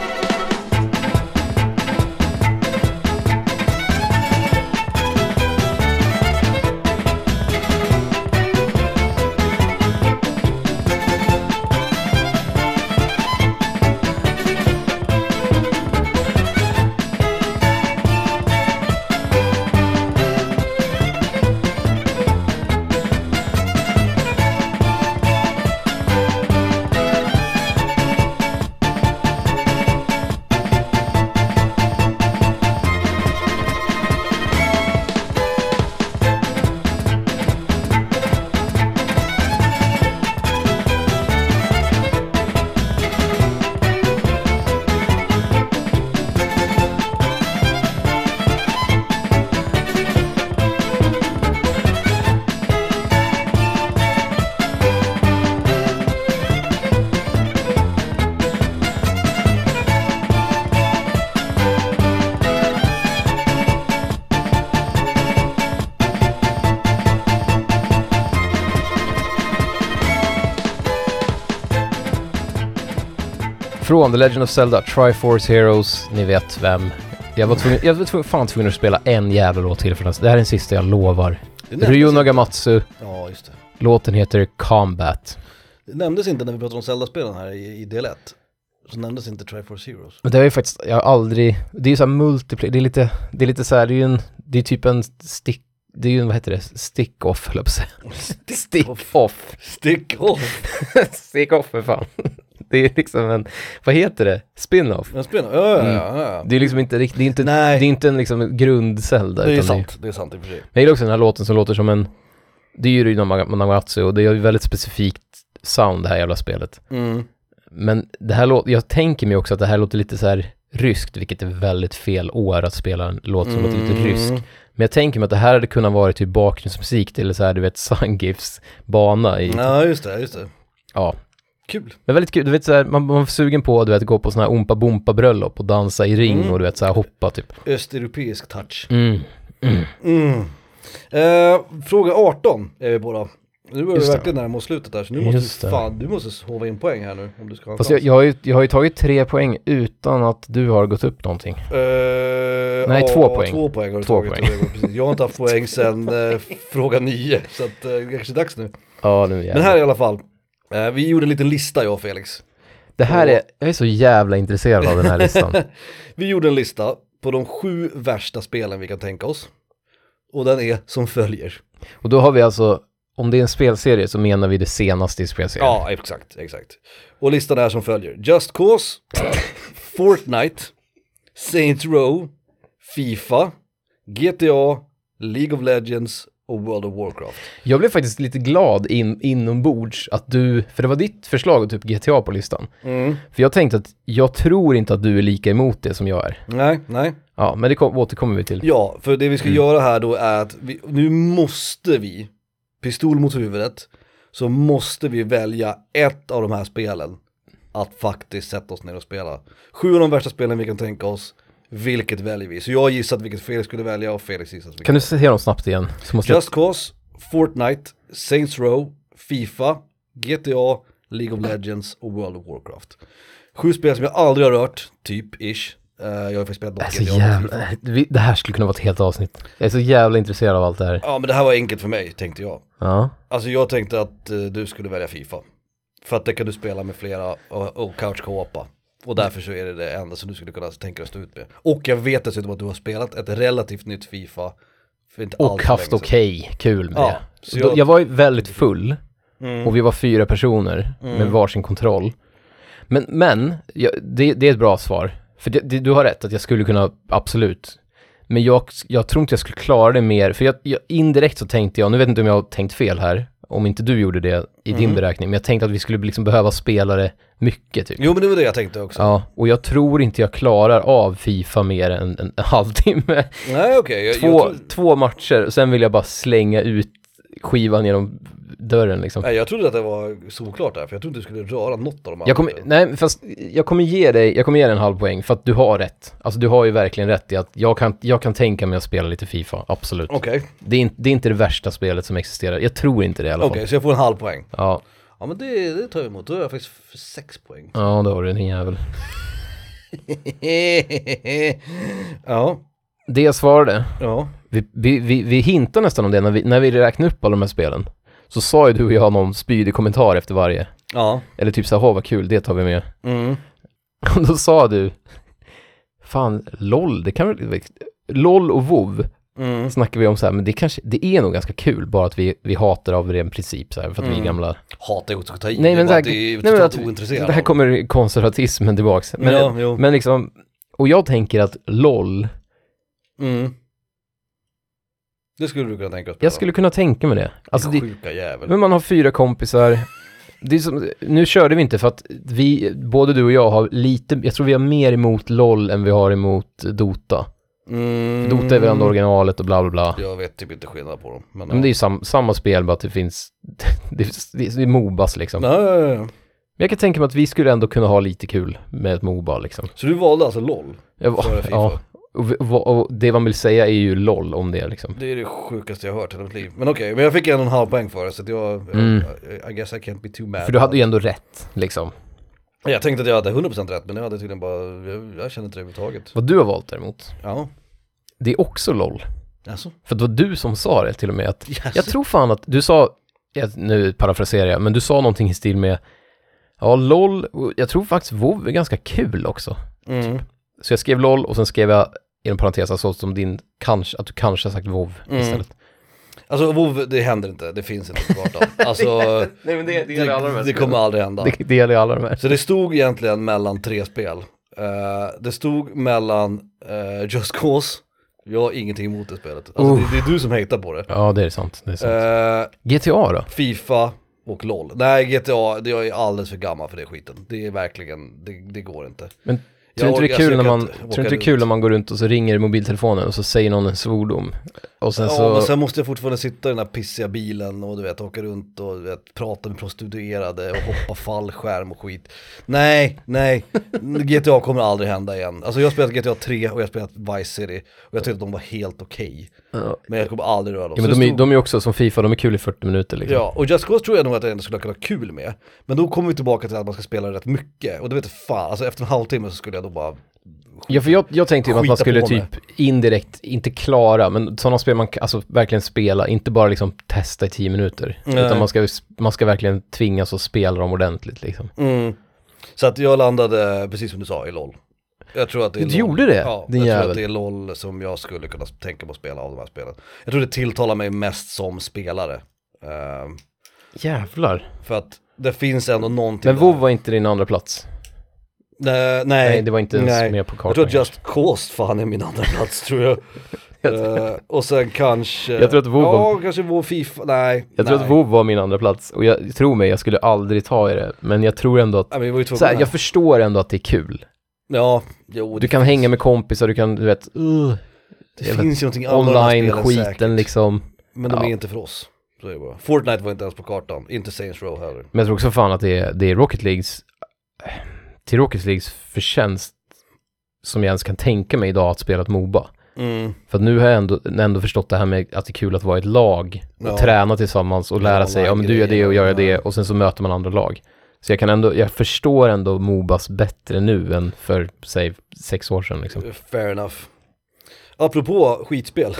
Från The Legend of Zelda, Triforce Heroes, ni vet vem. Jag var tvungen, jag var tvungen, fan tvungen att spela en jävla låt till för den. Det här är den sista, jag lovar. Det nämndes Ryo inte- Nagamatsu, Ja, just det. låten heter Combat. Det nämndes inte när vi pratade om Zelda-spelen här i, i del ett. Så nämndes inte Triforce Heroes. Men det är ju faktiskt, jag har aldrig, det är ju så här multiplayer, det är lite, det är lite så här, det är ju en, det är typ en stick, det är ju en, vad heter det, stick-off, höll jag på att säga. Stick-off. Stick-off. Stick-off för fan. Det är liksom en, vad heter det? Spin-off. Men spela, ja, ja, ja, ja. Det är liksom inte riktigt, det är inte, Nej. det är inte en liksom grundcelda. Det är utan sant, det är sant i och för sig. Jag gillar också den här låten som låter som en, det är ju Ryo Nagamatsu och det är ju väldigt specifikt sound det här jävla spelet. Mm. Men det här låter, jag tänker mig också att det här låter lite så här ryskt, vilket är väldigt fel år att spela en låt som låter lite rysk. Men jag tänker mig att det här hade kunnat vara typ bakgrundsmusik till så här, du vet, Sungifs bana i, Ja, just det, just det. ja. Kul. Det är väldigt kul, du vet så här, man, man var sugen på att du vet, gå på såna här ompa bompa bröllop och dansa i ring Mm. och du vet så här hoppa typ. Östeuropeisk touch. Mm. Mm. Mm. Eh, fråga arton är vi på då. Nu är vi Just det. verkligen nära mot slutet här, så nu Just måste det. du, fan, du måste hova in poäng här nu om du ska ha en Fast chans. jag, jag, har ju, jag har ju tagit tre poäng utan att du har gått upp någonting. Eh, Nej, ja, två poäng. Två poäng har du Två tagit. poäng. tror Jag, precis. jag har inte haft poäng sedan eh, fråga nio, så att, eh, det kanske är dags nu. Ja, nu jävlar. Men här i alla fall, eh, vi gjorde en liten lista jag och Felix. Det här är, jag är så jävla intresserad av den här listan. Vi gjorde en lista på de sju värsta spelen vi kan tänka oss. Och den är som följer. Och då har vi alltså, om det är en spelserie så menar vi det senaste i spelserien. Ja, exakt, exakt. Och listan är som följer. Just Cause, Fortnite, Saints Row, FIFA, G T A, League of Legends och World of Warcraft. Jag blev faktiskt lite glad in, inombords att du, för det var ditt förslag att typ G T A på listan. Mm. För jag tänkte att jag tror inte att du är lika emot det som jag är. Nej, nej. Ja, men det kom, återkommer vi till. Ja, för det vi ska Mm. göra här då är att vi, nu måste vi, pistol mot huvudet, så måste vi välja ett av de här spelen att faktiskt sätta oss ner och spela. Sju av de värsta spelen vi kan tänka oss, vilket väljer vi? Så jag har gissat vilket Felix skulle välja och Felix gissat vilket. Kan du säga dem snabbt igen? Så måste Just Cause, Fortnite, Saints Row, FIFA, G T A, League of Legends och World of Warcraft. Sju spel som jag aldrig har rört, typ, ish. Uh, jag har faktiskt spelat jag... något så G T A och jävla... FIFA. vi- Det här skulle kunna vara ett helt avsnitt. Jag är så jävla intresserad av allt det här. Ja, men det här var enkelt för mig, tänkte jag. Ja. Alltså jag tänkte att uh, du skulle välja FIFA. För att det kan du spela med flera och, och couch co-opa. Och därför så är det det enda som du skulle kunna tänka dig att stå ut med. Och jag vet dessutom att du har spelat ett relativt nytt FIFA. För inte allt Och för haft länge sedan. okej kul med Ja, det. så Och då- jag- jag var ju väldigt full Mm. Och vi var fyra personer mm. med varsin kontroll. Men, men ja, det, det är ett bra svar. För det, det, du har rätt att jag skulle kunna, absolut. Men jag, jag tror inte jag skulle klara det mer. För jag, jag, indirekt så tänkte jag, nu vet jag inte om jag har tänkt fel här. Om inte du gjorde det i din mm. beräkning. Men jag tänkte att vi skulle liksom behöva spela det mycket typ. Jo men det var det jag tänkte också. Ja, och jag tror inte jag klarar av FIFA mer än en, en halvtimme. Nej okej. Okay. Två, tror... två matcher, och sen vill jag bara slänga ut skivan genom dörren liksom. Nej, jag trodde att det var såklart där, för jag trodde du skulle röra något av de jag kommer, Nej, fast jag kommer ge dig, jag kommer ge dig en halv poäng för att du har rätt. Alltså du har ju verkligen rätt i att jag kan, jag kan tänka mig att spela lite FIFA, absolut. Okej. Okay. Det är, in, det är inte det värsta spelet som existerar. Jag tror inte det i alla fall. Okej, okay, så jag får en halv poäng. Ja. Ja, men det, det tar jag emot. Då har jag faktiskt sex poäng. Ja, då har du en jävel. Ja. Det jag svarade. Ja. Vi, vi, vi, vi hintar nästan om det när vi, när vi räknade upp alla de här spelen. Så sa ju du och jag någon spydig kommentar efter varje. Ja. Eller typ så här, vad kul, det tar vi med. Mm. Och då sa du, fan, LOL, det kan väl, LOL och WoW mm. snackar vi om så här, men det kanske, det är nog ganska kul, bara att vi, vi hatar av ren princip så här, för att mm. vi är gamla. Hatar ju också att ta i, nej, men det, här, det är nej, men att, ointresserad. Det här kommer konservatismen tillbaks. Men, ja, men liksom, och jag tänker att LOL mm. det skulle du kunna tänka oss. Jag skulle kunna tänka mig det. Alltså det sjuka jävel. Men man har fyra kompisar. Det är som, nu körde vi inte för att vi, både du och jag har lite, jag tror vi har mer emot LOL än vi har emot Dota. Mm. Dota är väl ändå originalet och bla bla bla. Jag vet typ inte skillnad på dem. Men, men ja. Det är ju sam, samma spel, bara att det finns, det, det, det är MOBAs liksom. Ja, ja, ja. Men jag kan tänka mig att vi skulle ändå kunna ha lite kul med ett MOBA liksom. Så du valde alltså LOL? Jag, ja. Och, och, och det man vill säga är ju LOL om det liksom. Det är det sjukaste jag har hört i mitt liv. Men okej, okay, men jag fick en och en halv poäng för det, så att jag, mm. I, I guess I can't be too mad. För du hade ju ändå rätt liksom. Jag tänkte att jag hade hundra procent rätt, men jag hade tydligen bara, jag, jag kände inte det överhuvudtaget. Vad du har valt däremot. Ja. Det är också LOL. Alltså? För det var du som sa det till och med. Att, yes. Jag tror fan att du sa, jag, nu parafraserar jag, men du sa någonting i stil med, ja LOL, jag tror faktiskt WoW är ganska kul också. Mm. Så jag skrev LOL och sen skrev jag inom parentes så som din, kanske, att du kanske har sagt WoW mm. istället. Alltså WoW, det händer inte, det finns inte på kartan. Alltså, nej, men det, det, det, alla de det kommer aldrig hända. Det, det gäller alla de här. Så det stod egentligen mellan tre spel. Uh, det stod mellan uh, Just Cause. Jag har ingenting emot det spelet. Alltså, det, det är du som hatar på det. Ja, det är sant. Det är sant. Uh, G T A då? FIFA och LOL. Nej, G T A, det är alldeles för gammal för det skiten. Det är verkligen, det, det går inte. Men tror inte det är kul när man, tror inte det är kul när man går runt och så ringer mobiltelefonen och så säger någon en svordom. Och sen ja, så... men sen måste jag fortfarande sitta i den här pissiga bilen och du vet, åka runt och du vet, prata med prostituerade och hoppa fallskärm och skit. Nej, nej. G T A kommer aldrig hända igen. Alltså jag har spelat G T A tre och jag har spelat Vice City och jag tyckte att de var helt okej. Okay. Ja. Men jag kommer aldrig röra dem. Ja, men de, är, stod... de är också som FIFA, de är kul i fyrtio minuter liksom. Ja, och Just Cause tror jag nog att jag ändå skulle kunna ha kul med. Men då kommer vi tillbaka till att man ska spela rätt mycket. Och du vet fan, alltså efter en halvtimme så skulle jag då bara... Ja, för jag, jag tänkte ju att man skulle typ indirekt, inte klara, men sådana spel man alltså verkligen spela, inte bara liksom testa i tio minuter. Nej. Utan man ska, man ska verkligen tvingas att spela dem ordentligt liksom. Mm. Så att jag landade, precis som du sa, i LOL. Jag tror att det är du LOL. gjorde det? Ja, din jag jävel. tror att det är LOL som jag skulle kunna tänka på att spela av de här spelen. Jag tror det tilltalar mig mest som spelare. Uh, Jävlar. För att det finns ändå någonting. Men WoW var inte din andra plats? Uh, nej. Nej, det var inte ens nej. med på kartan. Jag tror att Just Cause fan är min andra plats, tror jag. uh, och sen kanske... Jag tror att WoW ja, var... kanske WoW FIFA, nej. Jag nej. tror att WoW var min andra plats. Och jag tror mig, jag skulle aldrig ta i det. Men jag tror ändå att... Nej, så här, jag förstår ändå att det är kul. Ja, jo, du kan finns. hänga med kompisar, du kan, du vet... Uh, det finns ju någonting online-skiten liksom. Men de ja. är inte för oss. Så är det bara. Fortnite var inte ens på kartan. Inte Saints Row heller. Men jag tror också fan att det är, det är Rocket Leagues... Till Rocket Leagues förtjänst som jag ens kan tänka mig idag att spela ett MOBA. Mm. För att nu har jag ändå, ändå förstått det här med att det är kul att vara ett lag och ja. träna tillsammans och lära ja, sig, ja men du gör det och jag gör det och sen så möter man andra lag. Så jag kan ändå, jag förstår ändå MOBAs bättre nu än för, säg, sex år sedan liksom. Fair enough. Apropå skitspel.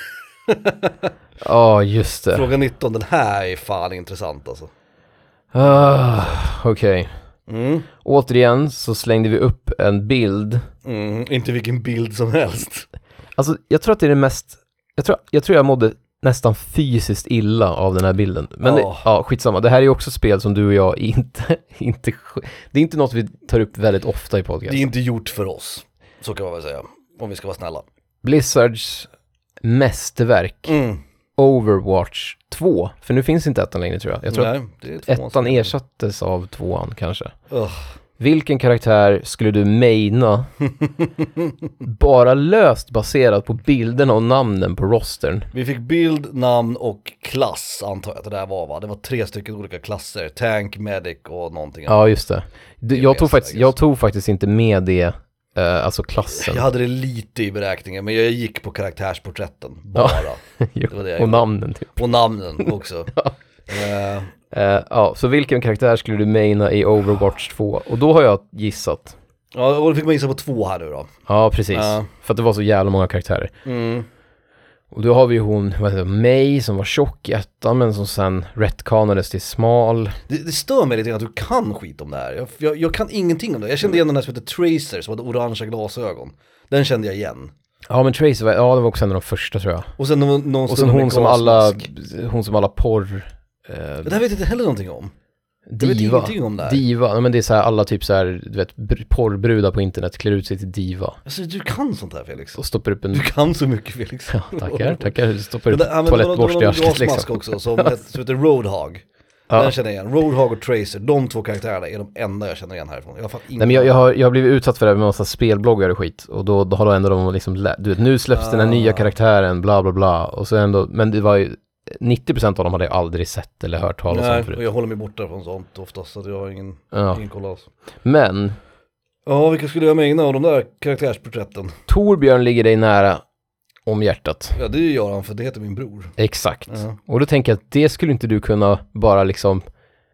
Ja, oh, just det. Fråga nitton, den här är fan intressant alltså. Ah, okej. Okay. Mm. Återigen så slängde vi upp en bild. Mm, inte vilken bild som helst. Alltså, jag tror att det är det mest... Jag tror jag, tror jag mådde nästan fysiskt illa av den här bilden. Men det, Ja. ja, skitsamma. Det här är ju också spel som du och jag inte, inte... Det är inte något vi tar upp väldigt ofta i Det podcasten. är inte gjort för oss, så kan man väl säga, om vi ska vara snälla. Blizzards mästerverk, Mm. Overwatch två. För nu finns inte ettan längre tror jag. Jag tror Nej, att det är tvåan ettan som- ersattes av tvåan kanske. Ugh. Vilken karaktär skulle du maina bara löst baserat på bilderna och namnen på rostern? Vi fick bild, namn och klass, antar jag att det där var, va? Det var tre stycken olika klasser, tank, medic och någonting. Ja, just det. Du, Det jag, vet tog jag faktiskt, just. jag tog faktiskt inte med det, eh, alltså klassen. Jag hade det lite i beräkningen, men jag gick på karaktärsporträtten bara. Jo, det var det jag och gjorde. namnen typ. Och namnen också. Eh, Eh, ja, så vilken karaktär skulle du maina i Overwatch två? Och då har jag gissat. ja, och då fick man gissa på två här nu då. Ja, precis. Ja. För att det var så jävla många karaktärer. Mm. Och då har vi hon, vad heter det, May som var tjock i ettan men som sen retconades till smal. Det, det stör mig lite grann att du kan skit om det här. Jag, jag, jag kan ingenting om det. Jag kände igen den här som heter Tracer som hade orangea glasögon. Den kände jag igen. Ja, men Tracy var, ja, det var också en av de första tror jag. Och sen någon, någon Och sen stod med hon som alla, gasmask. hon som alla porr... Eh, Det här vet jag inte heller någonting om. Jag vet diva. ingenting om det här. Diva, ja, men det är så här alla typ så här, du vet, br- porrbrudar på internet klär ut sig till diva. Alltså du kan sånt här, Felix. Och stoppar upp en... Du kan så mycket, Felix. Ja, tackar, tackar. Du stoppar Men upp det- ja, men det var- det var toalettborste i någon arslet gasmask liksom. också som, heter, som heter Roadhog. Ja. Den känner jag igen. Roadhog och Tracer, de två karaktärerna är de enda jag känner igen härifrån. Jag har fan ingen Nej men jag, jag, har, jag har blivit utsatt för det här med massa spelbloggar och skit. Och då, då har då ändå de liksom, lä- du vet, nu släpps den här Ah. nya karaktären, bla bla bla. Och så ändå, men det var ju, nittio procent av dem hade jag aldrig sett eller hört talas om Nej, och förut. jag håller mig borta från sånt oftast, så att jag har ingen, Ja. ingen koll alls. Men, Ja, vilka skulle jag mängna av de där karaktärsporträtten? Torbjörn ligger dig nära om hjärtat. Ja, det gör han, för det heter min bror. Exakt. Ja. Och då tänker jag att det skulle inte du kunna bara liksom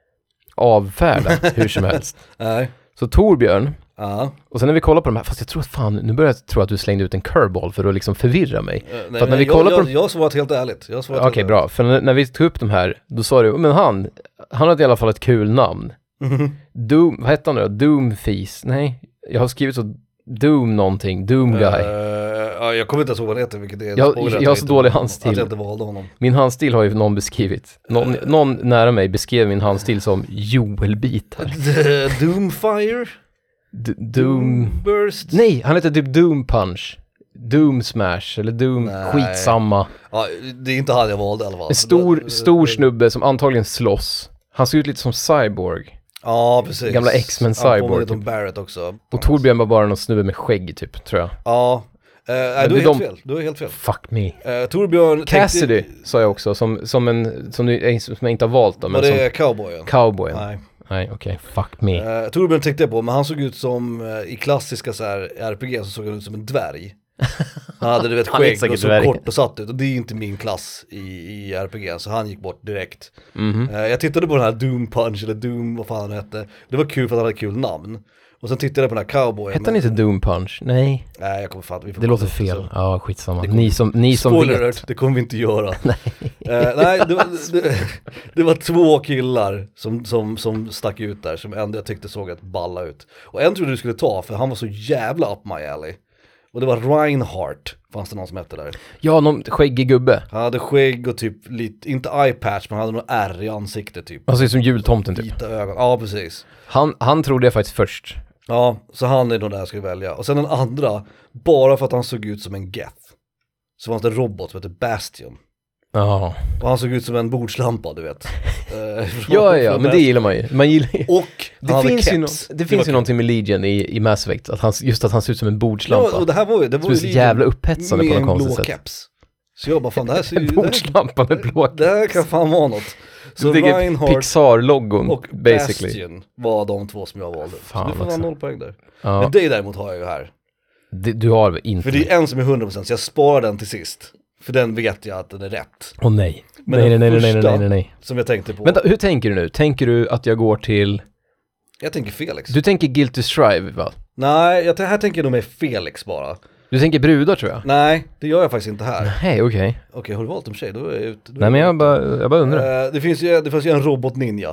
avfärda hur som helst. Nej. Så Torbjörn, Ja. och sen när vi kollar på de här, fast jag tror att fan, nu börjar jag tro att du slängde ut en curveball för att liksom förvirra mig. Eh, Nej, För att när nej, vi kollar jag, på- jag, jag har svarat helt ärligt. Jag har svarat Okej, helt bra. För när, när vi tog upp de här, då sa du, men han, han hade i alla fall ett kul namn. ärligt. Doom, vad hette han då? Doomfeast? Nej, jag har skrivit så Doom någonting, Doom Guy. Eh, ja, jag kommer inte ens ihåg vad han heter, vilket är Jag- spoiler att jag har så inte- dålig handstil. Att jag inte valde honom. Min handstil har ju någon beskrivit. Någon, någon nära mig beskrev min handstil som Joel-bitar. Doomfire? D- Doom... Burst? Nej, han heter typ Doom Punch. Doom Smash, eller Doom, Nej. skitsamma. Ja, det är inte han jag valde i alla fall. En stor, Det- stor det- snubbe som antagligen slåss. Han ser ut lite som Cyborg. Ja, precis. Gamla X-Men Han Cyborg, påminner lite om typ. Barrett också. Och Torbjörn var bara någon snubbe med skägg typ, tror jag. Ja. Eh, nej, Men du det har är helt de- fel. Du har helt fel. Fuck me. Eh, Torbjörn Cassidy tänkte... sa jag också, som, som en, som, nu, som jag inte har valt då, Var men det som cowboyen? cowboyen. Nej. Nej, okej, fuck me. Eh, Torbjörn tänkte jag på, men han såg ut som, eh, i klassiska så här R P G så såg han ut som en dvärg. Han hade du vet Han är skägg säkert och så dvärg. kort och satt ut, och det är inte min klass i, i R P G, så han gick bort direkt. Mhm. Eh, jag tittade på den här Doom Punch, eller Doom, vad fan han hette. Det var kul för att han hade ett kul namn. Och sen tittade jag på den här cowboyen. Hette han inte Doom Punch? Nej, Nej, jag kommer fan, vi får det kolla låter upp fel. så. Ja, skitsamma. Det kommer- Ni som, ni som Spoiler vet. alert, det kommer vi inte göra. nej, eh, nej det, var, det, det var två killar som, som, som stack ut där, som ändå jag tyckte såg ett balla ut. Och en trodde du skulle ta, för han var så jävla up my alley. Och det var Reinhardt, fanns det någon som hette där. Ja, någon skäggig gubbe. Han hade skägg och typ lite, inte eye patch, men han hade något ärr i ansiktet typ. Han ser ut som jultomten typ. Vita ögon, ja precis. Han, han trodde jag faktiskt först. Ja, så han är nog där jag skulle välja. Och sen den andra, bara för att han såg ut som en Geth. Så fanns det en robot som heter Bastion. Ja, Och han såg ut som en bordslampa, du vet. Eh, från- ja, ja, från men det gillar man ju. Man gillar ju. Och Det han hade finns, ju, nå- keps. det var finns ju kul. någonting med Legion i, i Mass Effect, att han, just att han ser ut som en bordslampa. Ja, och det här var ju, det var Som är ju så lite jävla upphetsande på med något en konstigt blå sätt. keps. Så jag bara, fan det här ser ju... En bordslampa med blå. Det här kan fan vara något. Så Så det är Reinhardt Pixar-logon, och basically. Bastion var de två som jag valde. Fan så du får ha också. noll poäng där. Ja, Men dig däremot har jag ju här. det, du har väl inte... För det är en som är hundra procent, så jag sparar den till sist. För den vet jag att den är rätt. Åh nej. Men Nej, nej, den nej, nej, nej, första- nej, nej, nej. Som jag tänkte på. Vänta, hur tänker du nu? Tänker du att jag går till... Jag tänker Felix. Du tänker Guilty Strive, va? Nej, jag, här tänker jag nog med Felix bara. Du tänker brudar, tror jag. Nej, det gör jag faktiskt inte här. Nej, okej. Okej, har du valt en tjej? Då är jag ute. Då är Nej, men jag jag bara, jag bara undrar. Eh, det, finns ju, det fanns ju en robot-ninja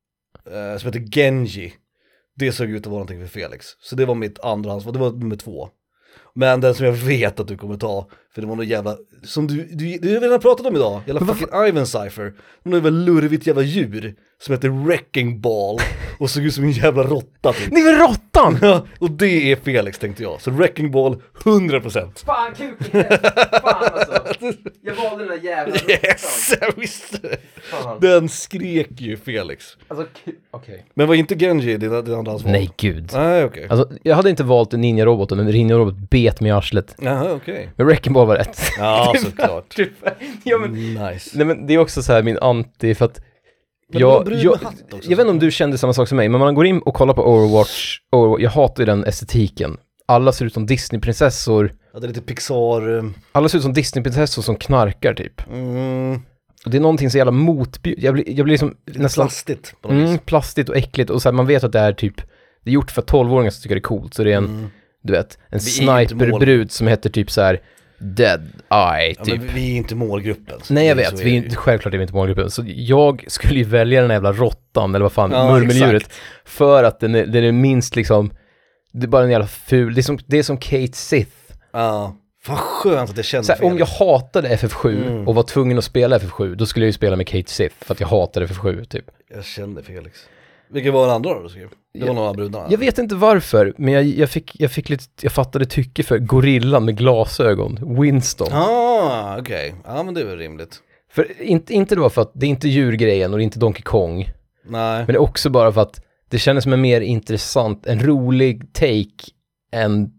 eh, som heter Genji. Det såg ut att vara någonting för Felix. Så det var mitt andrahandsval, det var nummer två. Men den som jag vet att du kommer ta, För det var någon jävla, som du, du, du har redan pratat om idag, jävla fucking Ivan Cypher. Någon jävla lurvigt jävla djur som heter Wrecking Ball och såg ut som en jävla råtta typ. Det är väl råttan? Ja, och det är Felix tänkte jag. Så Wrecking Ball, hundra procent. Fan, kuken! Fan alltså. Jag valde den där jävla råttan. Yes, jag visste det. Den skrek ju Felix. Alltså, okej. Okay. Men var inte Genji din, din andra ansvar? Nej, gud. Nej, okej. Okay. Alltså, jag hade inte valt en ninja-roboten, men en ninja-robot bet mig i arslet. Jaha, okej. Okay. Men Wrecking Ball var rätt. Ja, såklart. Ja, men, nice. Nej, men det är också så här min anti, för att jag, jag, jag, jag vet inte om du kände samma sak som mig, men man går in och kollar på Overwatch, Overwatch jag hatar ju den estetiken. Alla ser ut som Disney-prinsessor. Ja, det är lite Pixar. Alla ser ut som Disney-prinsessor som knarkar typ. Mm. Och det är någonting så jävla motbjud. Jag blir, jag blir liksom nästan... Plastigt. På något mm, vis. plastigt och äckligt. Och så här, man vet att det är typ... Det är gjort för tolv-åringar som tycker det är coolt. Så det är en, mm. du vet, en sniperbrud som heter typ så här Dead Eye typ. Ja, men vi är inte målgruppen. Nej, jag vet. Vi är inte, självklart är vi inte målgruppen. Så jag skulle ju välja den här jävla råttan, eller vad fan, ja, murmeldjuret. För att den är, den är minst liksom... Det är bara en jävla ful... Det är som, det är som Kate Sith. Ja. Vad skönt att det känns. Om jag hatade F F sju mm. och var tvungen att spela F F sju, då skulle jag ju spela med Kate Sith för att jag hatade F F sju typ. Jag kände Felix. Vilka var den andra då du skrev? Det var jag, några brudarna. Jag vet inte varför, men jag, jag, fick, jag fick lite, jag fattade tycke för gorillan med glasögon, Winston. Ah, okej. Okay. Ja, men det är väl rimligt. För inte, inte då för att det är inte djurgrejen och det är inte Donkey Kong. Nej. Men det är också bara för att det kändes som en mer intressant, en rolig take än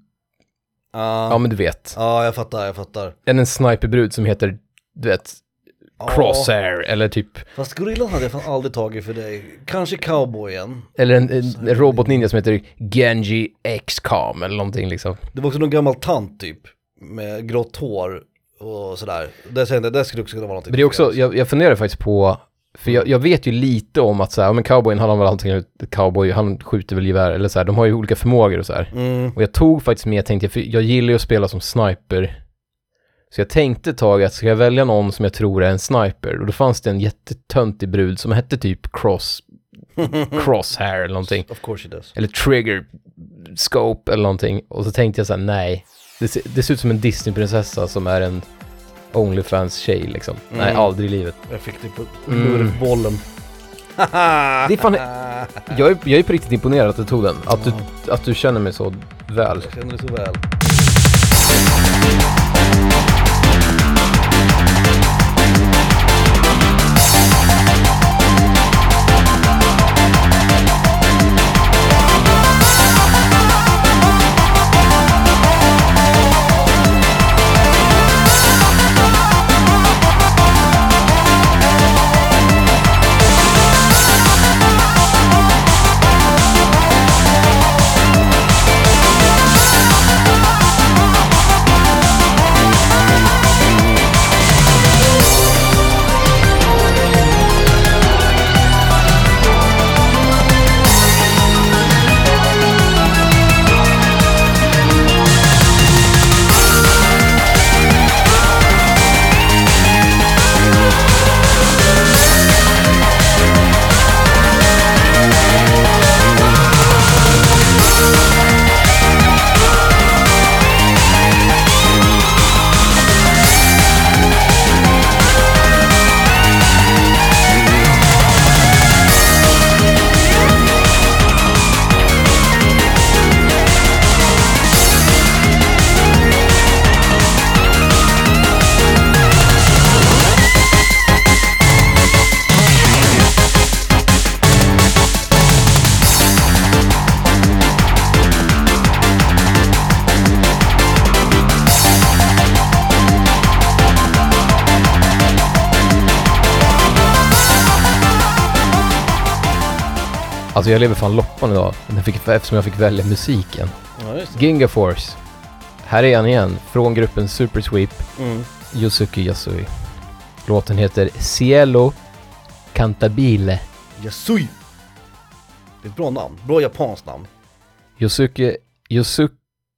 Ah. ja, men du vet. Ja, ah, jag fattar, jag fattar. Än en sniperbrud som heter, du vet, ah. Crosshair, eller typ... Fast gorillan hade jag fan aldrig tagit för dig. Kanske cowboyen. Eller en, en, en robotninja som heter Genji X-Com, eller någonting liksom. Det var också någon gammal tant typ, med grått hår och sådär. Det, det, det skulle också kunna vara någonting. Men det är också, jag, jag funderar faktiskt på... För jag, jag vet ju lite om att så här, ja, men cowboyen, han har väl antingen cowboy, han skjuter väl gevär eller så här, de har ju olika förmågor och så här. Mm. Och jag tog faktiskt med, jag tänkte, för jag gillar ju att spela som sniper. Så jag tänkte tag att ska jag välja någon som jag tror är en sniper, och då fanns det en jättetöntig brud som hette typ Cross Crosshair eller någonting. Of course it does. Eller Trigger Scope eller någonting. Och så tänkte jag så här, nej. Det ser, det ser ut som en Disney-prinsessa som är en OnlyFans-tjej liksom. Mm. Nej, aldrig i livet. Jag fick det på lurbollen. Mm. Det är fan... Jag är, jag är på riktigt imponerad att du tog den. Att du, att du känner mig så väl. Jag känner dig så väl. Alltså jag lever fan loppan idag, eftersom jag fick välja musiken. Ja, just det. Ginga Force. Här är han igen, från gruppen Super Sweep. Mm. Yosuke Yasui. Låten heter Cielo Cantabile. Yasui. Det är ett bra namn, bra japanskt namn. Yosuke, Yosuke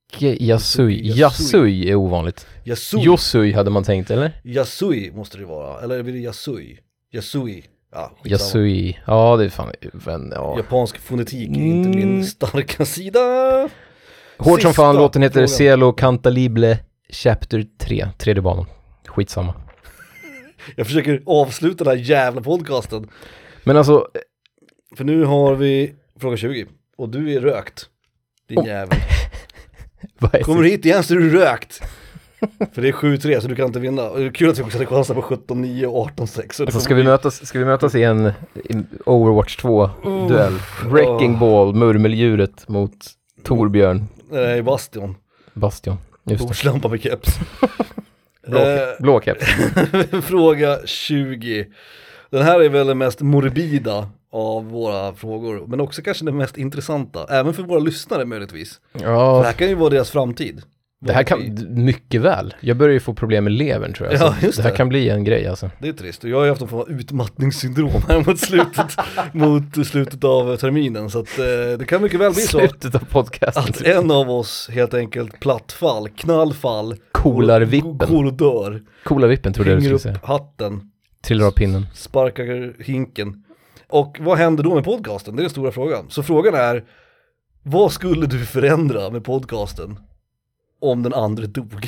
Yasui. Yasui är ovanligt. Yasui. Yosui hade man tänkt, eller? Yasui måste det vara, eller blir det Yasui? Yasui. Ja, Yasui. Ja, det är fan... Men, ja. Japansk fonetik är inte Mm. min starka sida. Hårt som Sista fan, låten heter frågan. Cielo Cantabile Chapter tre, tredje banan. Skitsamma. Jag försöker avsluta den här jävla podcasten. Men alltså... För nu har vi fråga tjugo. Och du är rökt. Din Oh. jävel. Vad är Kommer hit igen så är du rökt. För det är sju tre så du kan inte vinna. Och det är kul att vi också hade chansen på sjutton nio och arton sex. Alltså ska vi mötas, ska vi mötas i en, en Overwatch två-duell? Uh, Wrecking oh. Ball, murmeldjuret mot Torbjörn. Nej, Bastion. Bastion. Just det. Bordslampa med keps. Blå, Eh, blå keps. Fråga tjugo. Den här är väl den mest morbida av våra frågor. Men också kanske den mest intressanta. Även för våra lyssnare möjligtvis. För det Ja, här kan ju vara deras framtid. det här kan mycket väl. Jag börjar ju få problem med levern tror jag. Ja, Så just det här det. kan bli en grej alltså. Det är trist. Och jag har ju haft en form av utmattningssyndrom här mot slutet, mot slutet av terminen. Så att eh, det kan mycket väl bli så Slutet av podcasten. att en av oss helt enkelt plattfall, knallfall, Kolarvippen. går och dör, Kolarvippen trodde jag du hänger skulle upp säga. hatten, Trillar av pinnen. sparkar hinken. Och vad händer då med podcasten? Det är den stora frågan. Så frågan är, vad skulle du förändra med podcasten om den andra dog?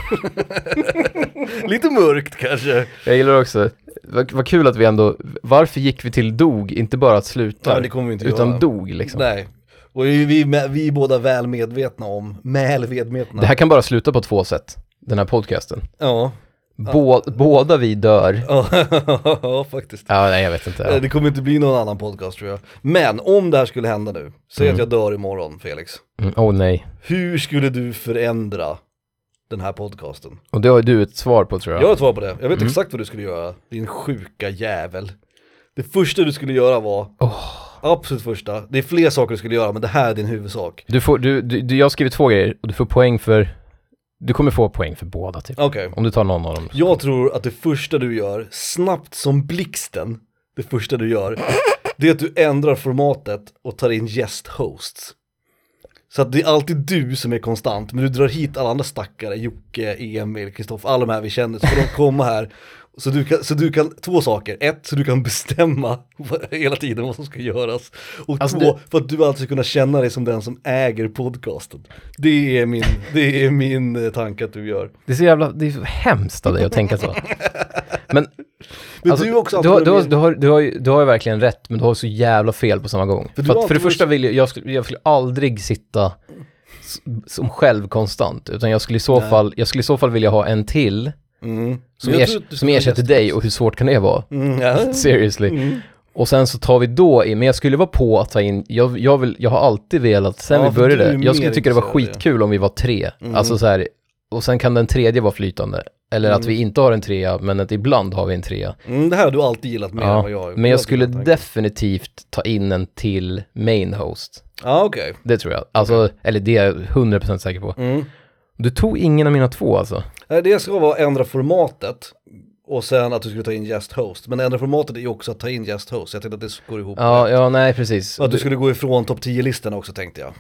Lite mörkt kanske. Jag gillar också, vad, vad kul att vi ändå, varför gick vi till dog? Inte bara att sluta, Nej, det kommer vi inte utan göra. dog liksom. Nej. Och vi, vi, vi är båda väl medvetna om, väl medvetna. Det här kan bara sluta på två sätt, den här podcasten. Ja. Bå, båda vi dör. Ja, faktiskt. Ja, nej jag vet inte. Ja. Det kommer inte bli någon annan podcast tror jag. Men om det här skulle hända nu, säg Mm. att jag dör imorgon, Felix. Mm, oh nej. Hur skulle du förändra den här podcasten? Och det har du ett svar på tror jag. Jag har ett svar på det. Jag vet Mm. exakt vad du skulle göra, din sjuka jävel. Det första du skulle göra var, Oh. absolut första, det är fler saker du skulle göra, men det här är din huvudsak. Du får, du, du, du, jag har skrivit två grejer och du får poäng för, du kommer få poäng för båda typ. Okej. Om du tar någon av dem. Jag tror att det första du gör, snabbt som blixten, det första du gör, det är att du ändrar formatet och tar in guest hosts. Så att det är alltid du som är konstant, men du drar hit alla andra stackare, Jocke, Emil, Kristoffer, alla de här vi känner, så får de komma här. Så du, kan, så du kan, två saker, ett, så du kan bestämma hela tiden vad som ska göras. Och Alltså två, det- för att du alltid ska kunna känna dig som den som äger podcasten. Det är min, det är min eh, tanke att du gör. Det är så jävla, det är så hemskt av dig att tänka så. Men, Men alltså, du är också du, har, du, har, alltid- du, har, du, har, ju- du har ju verkligen rätt, men du har så jävla fel på samma gång. För För, du har att, för det alltid första varit- vill jag, jag skulle, jag skulle aldrig sitta s- som själv konstant, utan jag skulle i så Nej. fall, jag skulle i så fall vilja ha en till Mm. som, Jag ers, tror att du som ska ersätter gästa dig, också. och hur svårt kan det vara? Mm, ja. Seriously. Mm. Och sen så tar vi då in, men jag skulle vara på att ta in, jag, jag, vill, jag har alltid velat, sen Ja, vi för du är började, mer jag skulle tycka det var intresserad, skitkul om vi var tre, Mm. alltså så här, och sen kan den tredje vara flytande, eller att Mm. vi inte har en trea, men att ibland har vi en trea. Mm, det här har du alltid gillat mer än Ja, vad jag har gjort. men jag Jag skulle tycker den tanken. definitivt ta in en till main host. Ja, okej. Det tror jag. Alltså, eller det är jag hundra procent säker på. Mm. Du tog ingen av mina två alltså. Nej, det ska vara ändra formatet och sen att du skulle ta in guest host. Men ändra formatet är ju också att ta in guest host. Jag tänkte att det går ihop. Ja, rätt. ja, nej precis. Och att du skulle gå ifrån topp tio-listorna också tänkte jag.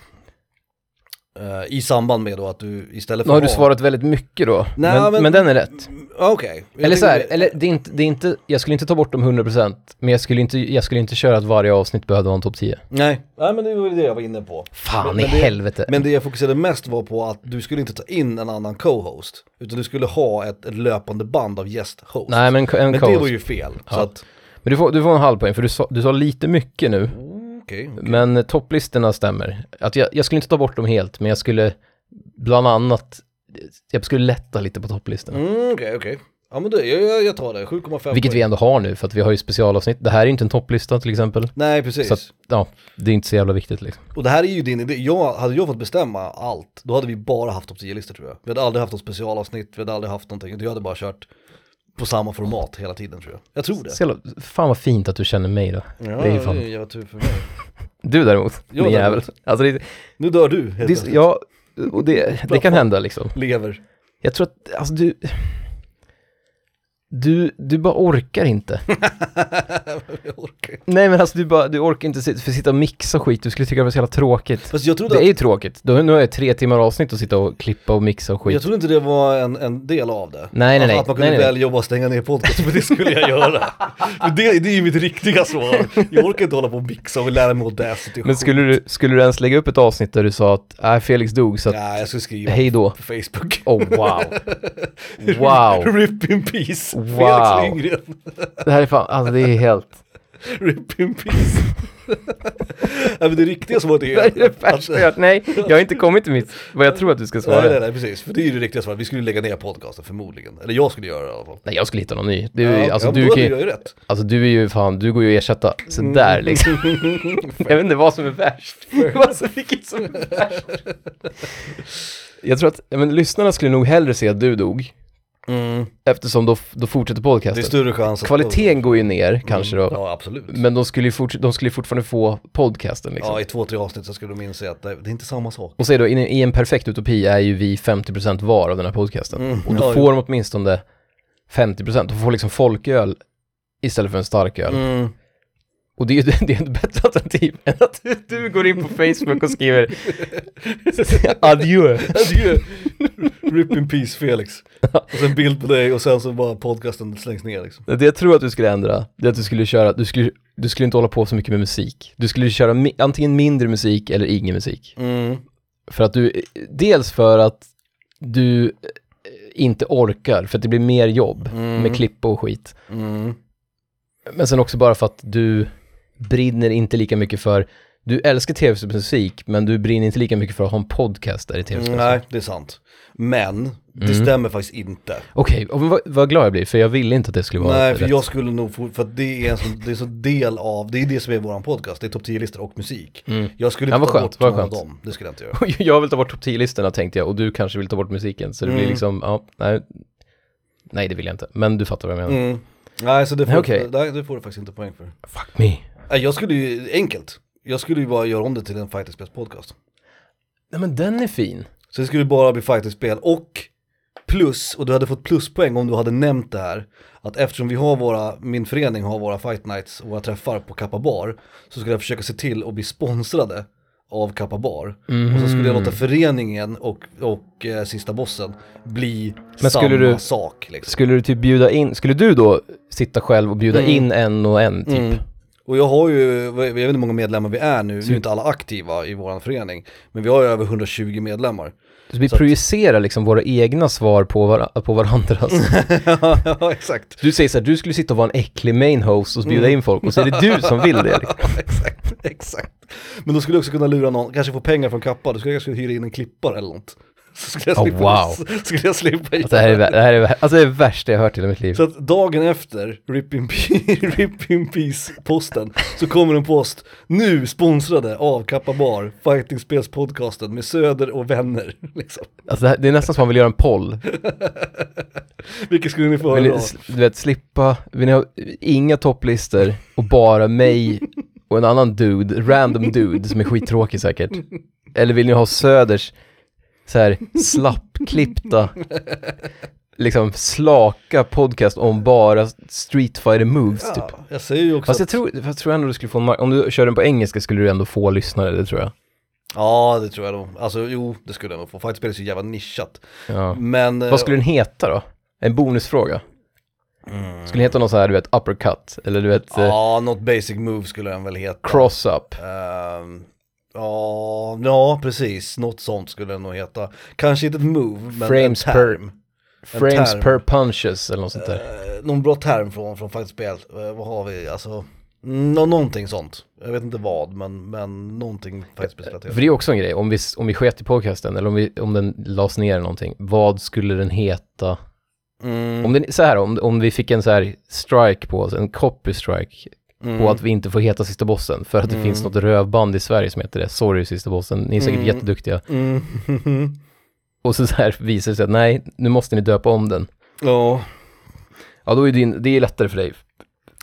Uh, I samband med då att du istället för Nu har du att ha- svarat väldigt mycket då. Nej, men, men- men den är rätt. Mm, Okej. Jag Eller så här, tänkte- eller det är, inte, det är inte, jag skulle inte ta bort dem hundra procent, men jag skulle inte, jag skulle inte köra att varje avsnitt behövde vara en topp tio. Nej. Nej, men det var ju det jag var inne på. Fan men, i men det, helvete. Men det jag fokuserade mest var på att du skulle inte ta in en annan co-host. Utan du skulle ha ett, ett löpande band av guest host. Nej, men en men det co-host. var ju fel. Så Ja. att, Men du får, du får en halv poäng, för du sa, du sa lite mycket nu. mm, okej. okej. Men eh, topplistorna stämmer. Att jag, jag skulle inte ta bort dem helt, men jag skulle bland annat, jag skulle lätta lite på topplistorna. Mm, okej, okej. Ja men det, jag, jag, jag tar det, sju komma fem Vilket vi poäng. ändå har nu, för att vi har ju specialavsnitt. Det här är inte en topplista till exempel. Nej, precis. Så att, ja, det är inte så jävla viktigt liksom. Och det här är ju din idé. Jag, hade jag fått bestämma allt, då hade vi bara haft topp tio-listor tror jag. Vi hade aldrig haft något specialavsnitt, vi hade aldrig haft någonting. Du hade bara kört på samma format hela tiden tror jag. Jag tror det. Så jävla, fan vad fint att du känner mig då. Ja, det är ju fan. jag var tur för mig. Du däremot, Jag din däremot. jävel. Alltså det, Nu dör du, helt det, plötsligt. ja, och det, det kan hända liksom. Lever. Jag tror att, alltså du... Du, du bara orkar inte. Jag orkar inte. Nej men alltså du, bara, du orkar inte sit- för sitta och mixa skit. Du skulle tycka det var så jävla tråkigt. Fast jag trodde Det att, är ju tråkigt. Då, nu har jag tre timmar avsnitt att sitta och klippa och mixa och skit. jag trodde inte det var en, en del av det. Nej, nej, nej. Att man kunde Nej, nej. väl jobba och stänga ner podcast, för det skulle jag göra. För det, det är ju mitt riktiga svar. Jag orkar inte hålla på och mixa och lära mig Audacity. Men skulle du, skulle du ens lägga upp ett avsnitt där du sa att äh, Felix dog så att Ja, jag skulle skriva hej då. på Facebook. Oh wow. Wow. Rip in peace. Wow. Felix Lindgren. Det här är fan, alltså det är helt... Rip in peace. Ja, men det riktiga svaret är Det är det värsta jag hört. Nej, jag har inte kommit till mitt, vad jag tror att du ska svara. Nej, nej, nej, precis. För det är ju det riktiga svaret. Vi skulle lägga ner podcasten förmodigen. Eller jag skulle göra det i alla fall. Nej, jag skulle hitta någon ny. Du, Ja, alltså, ja, du då kan är ju, jag ju rätt. alltså du är ju fan, du går ju att ersätta sådär liksom. Jag vet inte vad som är värst. Vad som, vilket som är värst. Jag tror att, ja, men lyssnarna skulle nog hellre se att du dog. Mm. Eftersom då, då fortsätter Det är podcasten. större chans att... Kvaliteten går ju ner kanske då. Ja, absolut. Men de skulle ju fort, de skulle ju fortfarande få podcasten liksom. Ja, i två, tre avsnitt så skulle de inse att det, det är inte samma sak. Och säg då, i, i en perfekt utopi är ju vi femtio procent var av den här podcasten. Mm, Och då ja, får de åtminstone femtio procent. De får liksom folköl istället för en starköl. Mm. Och det är ju det är ett bättre alternativ än att du, du går in på Facebook och skriver adjö. Adjö. Rip in peace Felix. Och sen bild på dig och sen så bara podcasten slängs ner liksom. Det jag tror att du skulle ändra, det är att du skulle köra, du skulle, du skulle inte hålla på så mycket med musik. Du skulle köra mi, antingen mindre musik eller ingen musik. Mm. För att du, dels för att du inte orkar, för att det blir mer jobb Mm. med klipp och skit. Mm. Men sen också bara för att du brinner inte lika mycket för, du älskar tv-spelsmusik men du brinner inte lika mycket för att ha en podcast där i tv-spelsmusik. Nej, det är sant. Men det Mm. stämmer faktiskt inte. Okej, och vad, vad glad jag blir, för jag ville inte att det skulle vara Nej, för rätt. jag skulle nog få, för att det är en sån, det är så del av, det är det som är våran podcast, det är topp tio-listor och musik. Mm. Jag skulle Ja, inte vad ta skönt, bort vad någon av skönt. dem, det skulle jag inte göra. Jag vill ta bort topp tio-listorna tänkte jag, och du kanske vill ta bort musiken. Så det blir Mm. liksom, ja, nej. Nej, det vill jag inte. Men du fattar vad jag menar. Mm. Nej, så det får, Nej, okej. nej, det får du faktiskt inte poäng för. Fuck me. Nej, jag skulle ju, enkelt, jag skulle ju bara göra om det till en fighting-spels podcast. Nej, men den är fin. Så det skulle bara bli fighting-spel och plus, och du hade fått pluspoäng om du hade nämnt det här, att eftersom vi har våra, min förening har våra fight nights och våra träffar på Kappa Bar, så skulle jag försöka se till att bli sponsrade av Kappa Bar. Mm. Och så skulle jag låta föreningen och, och eh, sista bossen bli Men samma skulle du- sak liksom. Skulle du typ bjuda in, skulle du då sitta själv och bjuda Mm. in en och en typ? Mm. Och jag har ju, jag vet inte hur många medlemmar vi är nu, Så- nu är inte alla aktiva i våran förening, men vi har ju över hundratjugo medlemmar. Så vi Så att- projicerar liksom våra egna svar på, var- på varandras. Ja, exakt. Du säger så här, du skulle sitta och vara en äcklig main host och bjuda Mm. in folk, och så är det du som vill det liksom. Ja, exakt, exakt. Men då skulle jag också kunna lura någon, kanske få pengar från Kappa, då skulle jag kanske hyra in en klippare eller något. Så skulle jag Oh, slippa, wow. skulle jag slippa Alltså, det här är, vä- det här är, vä- alltså det är det värsta jag har hört i hela mitt liv. Så att dagen efter Rip in, Pe- Rip in Peace posten så kommer en post, nu sponsrade av Kappa Bar, fighting-spelspodcasten med Söder och vänner liksom. Alltså det, här, det är nästan som man vill göra en poll. Vilket skulle ni få Vill ni, höra av? s- du vet, slippa, vill ni ha inga topplistor och bara mig och en annan dude, random dude som är skittråkig säkert. Eller vill ni ha Söders så här slappklippta, liksom slaka podcast om bara Street Fighter moves typ. Ja, jag säger ju också Fast jag att, tror, fast jag tror ändå du skulle få en mar- om du kör den på engelska skulle du ändå få lyssnare, det tror jag. ja det tror jag nog, alltså jo det skulle jag nog få, fighting-spel är så jävla nischat. Ja. Men Vad skulle den heta då? En bonusfråga. mm. Skulle den heta någon så här, du vet, uppercut? Eller du vet, eh, Ja, något basic move skulle den väl heta. cross-up? Ehm, ja, ja, precis. Något sånt skulle den nog heta. Kanske inte ett move, men Frames en per- term. Frames term. per punches eller något sånt där. Eh, någon bra term från, från fighting-spel. Eh, vad har vi? Alltså, nå- någonting sånt. Jag vet inte vad, men, men någonting fighting-spel. För det är också en grej, om vi, om vi sket i podcasten eller om, vi, om den lades ner eller någonting, vad skulle den heta? Mm, Om, den, så här, om, om vi fick en så här strike på oss, en copy strike mm, på att vi inte får heta Sista Bossen för att det Mm. finns något rövband i Sverige som heter det. Sorry Sista Bossen, ni är säkert Mm. jätteduktiga. mm, Och så, så här visar det sig att nej, nu måste ni döpa om den. ja. Ja, då är din, det är lättare för dig.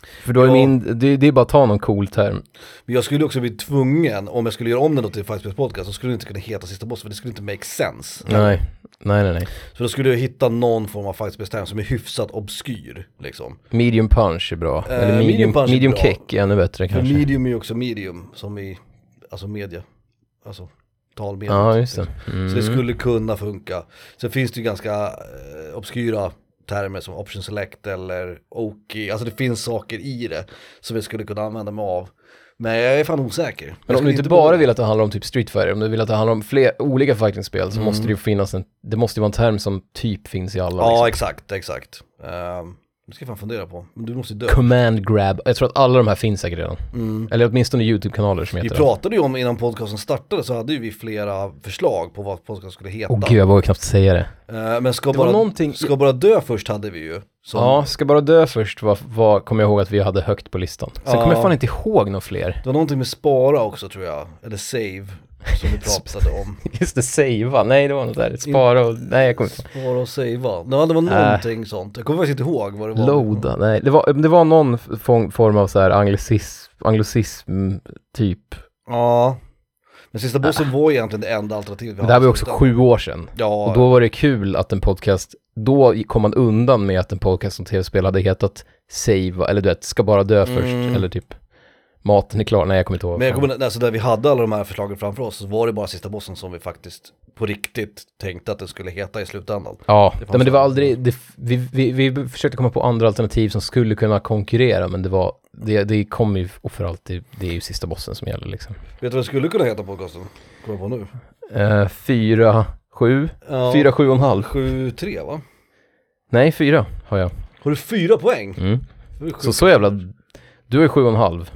För då är Ja. min, det, det är bara att ta någon cool term. Men jag skulle också bli tvungen, om jag skulle göra om den då till Fightspels podcast, så skulle det inte kunna heta Sista Bossen, för det skulle inte make sense. Nej, nej, nej, nej. Så då skulle jag hitta någon form av Fightspels term som är hyfsat obskyr, liksom. Medium punch är bra. Eh, Eller medium, medium punch är medium bra. kick är ännu bättre För kanske. medium är ju också medium, som i, alltså media. Alltså, talmedia. Ja, just det. Mm. Så det skulle kunna funka. Sen finns det ju ganska eh, obskyra termer som option select eller okey. Alltså det finns saker i det som jag skulle kunna använda mig av. Men jag är fan osäker. Men Jag om du skulle inte bara vill att det handlar om typ Street Fighter, om du vill att det handlar om fler olika fightingspel så Mm. måste det ju finnas en, det måste ju vara en term som typ finns i alla. Ja, liksom. exakt, exakt. Um, det ska jag fan fundera på. Men du måste dö. Command grab, jag tror att alla de här finns säkert redan. Mm. Eller åtminstone YouTube-kanaler som Vi heter det. pratade ju om innan podcasten startade, så hade ju vi flera förslag på vad podcasten skulle heta. Åh gud, jag vågar knappt säga det. Uh, men ska Det var bara, någonting- ska bara dö först hade vi ju. Som, Ja, ska bara dö först var, var, kommer jag ihåg att vi hade högt på listan. Sen Ja. kommer jag fan inte ihåg några fler. Det var någonting med spara också tror jag. Eller save, som vi pratade om. Just det, savea. Nej, det var något där. Spara och... Nej, jag kommer inte ihåg. Spara och savea. Ja, det var någonting sånt. Jag kommer faktiskt inte ihåg vad det var. Loada. Nej, det var, det var någon form, form av så här anglicism, anglicism typ. Ja. Men Sista Bossen var egentligen det enda alternativet vi Men det här var ju hade. också sju år sedan. Ja, Och då var det kul att en podcast, då kom man undan med att en podcast som tv-spel hade hetat Save, eller du vet, ska bara dö först, Mm. eller typ maten är klar. Nej, jag kommer inte ihåg. men jag kommer, alltså där vi hade alla de här förslagen framför oss, så var det bara Sista Bossen som vi faktiskt på riktigt tänkte att det skulle heta i slutändan. Ja, Det fanns men det var så. aldrig, det, vi, vi, vi försökte komma på andra alternativ som skulle kunna konkurrera, men det var, det, det kom ju, och för alltid, det är ju Sista Bossen som gäller liksom. Vet du vad det skulle kunna heta podcasten? Kommer jag på nu? Uh, fyra, sju, Ja, fyra, sju och en halv. sju, tre va? Nej, fyra har jag. Har du fyra poäng? Mm. Det är sjukt. Så så jävla, du är sju och en halv.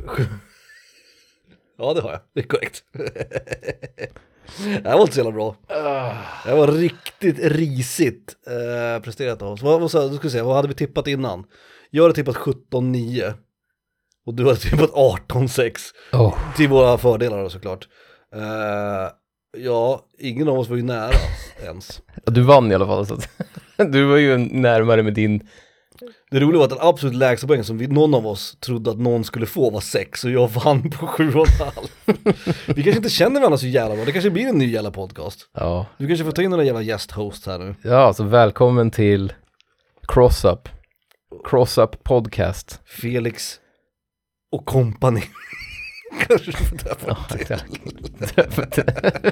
Ja, det har jag. Det är korrekt. Det här var inte så jävla bra. Det var riktigt risigt eh, presterat av oss. Vad, vad, sa- du ska se, vad hade vi tippat innan? Jag hade tippat sjutton nio. Och du hade tippat arton sex. Oh. Till våra fördelar då, såklart. Eh, ja, ingen av oss var ju nära ens. Du vann i alla fall. Så att, du var ju närmare med din... Det roliga var att den absolut lägsta poängen som vi, någon av oss trodde att någon skulle få var sex, och jag vann på sju och en halv. Vi kanske inte känner varandra så jävla bra, det kanske blir en ny jävla podcast. Ja. Du kanske får ta in några jävla gästhost här nu. Ja, så välkommen till Crossup. Crossup podcast. Felix och company. Kanske du får döpa till.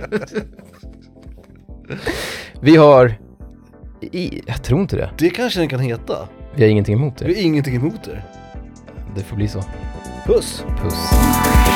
Vi har... I, jag tror inte det. Det kanske den kan heta. Vi har ingenting emot Vi det. har ingenting emot det. Det får bli så. Puss! Puss.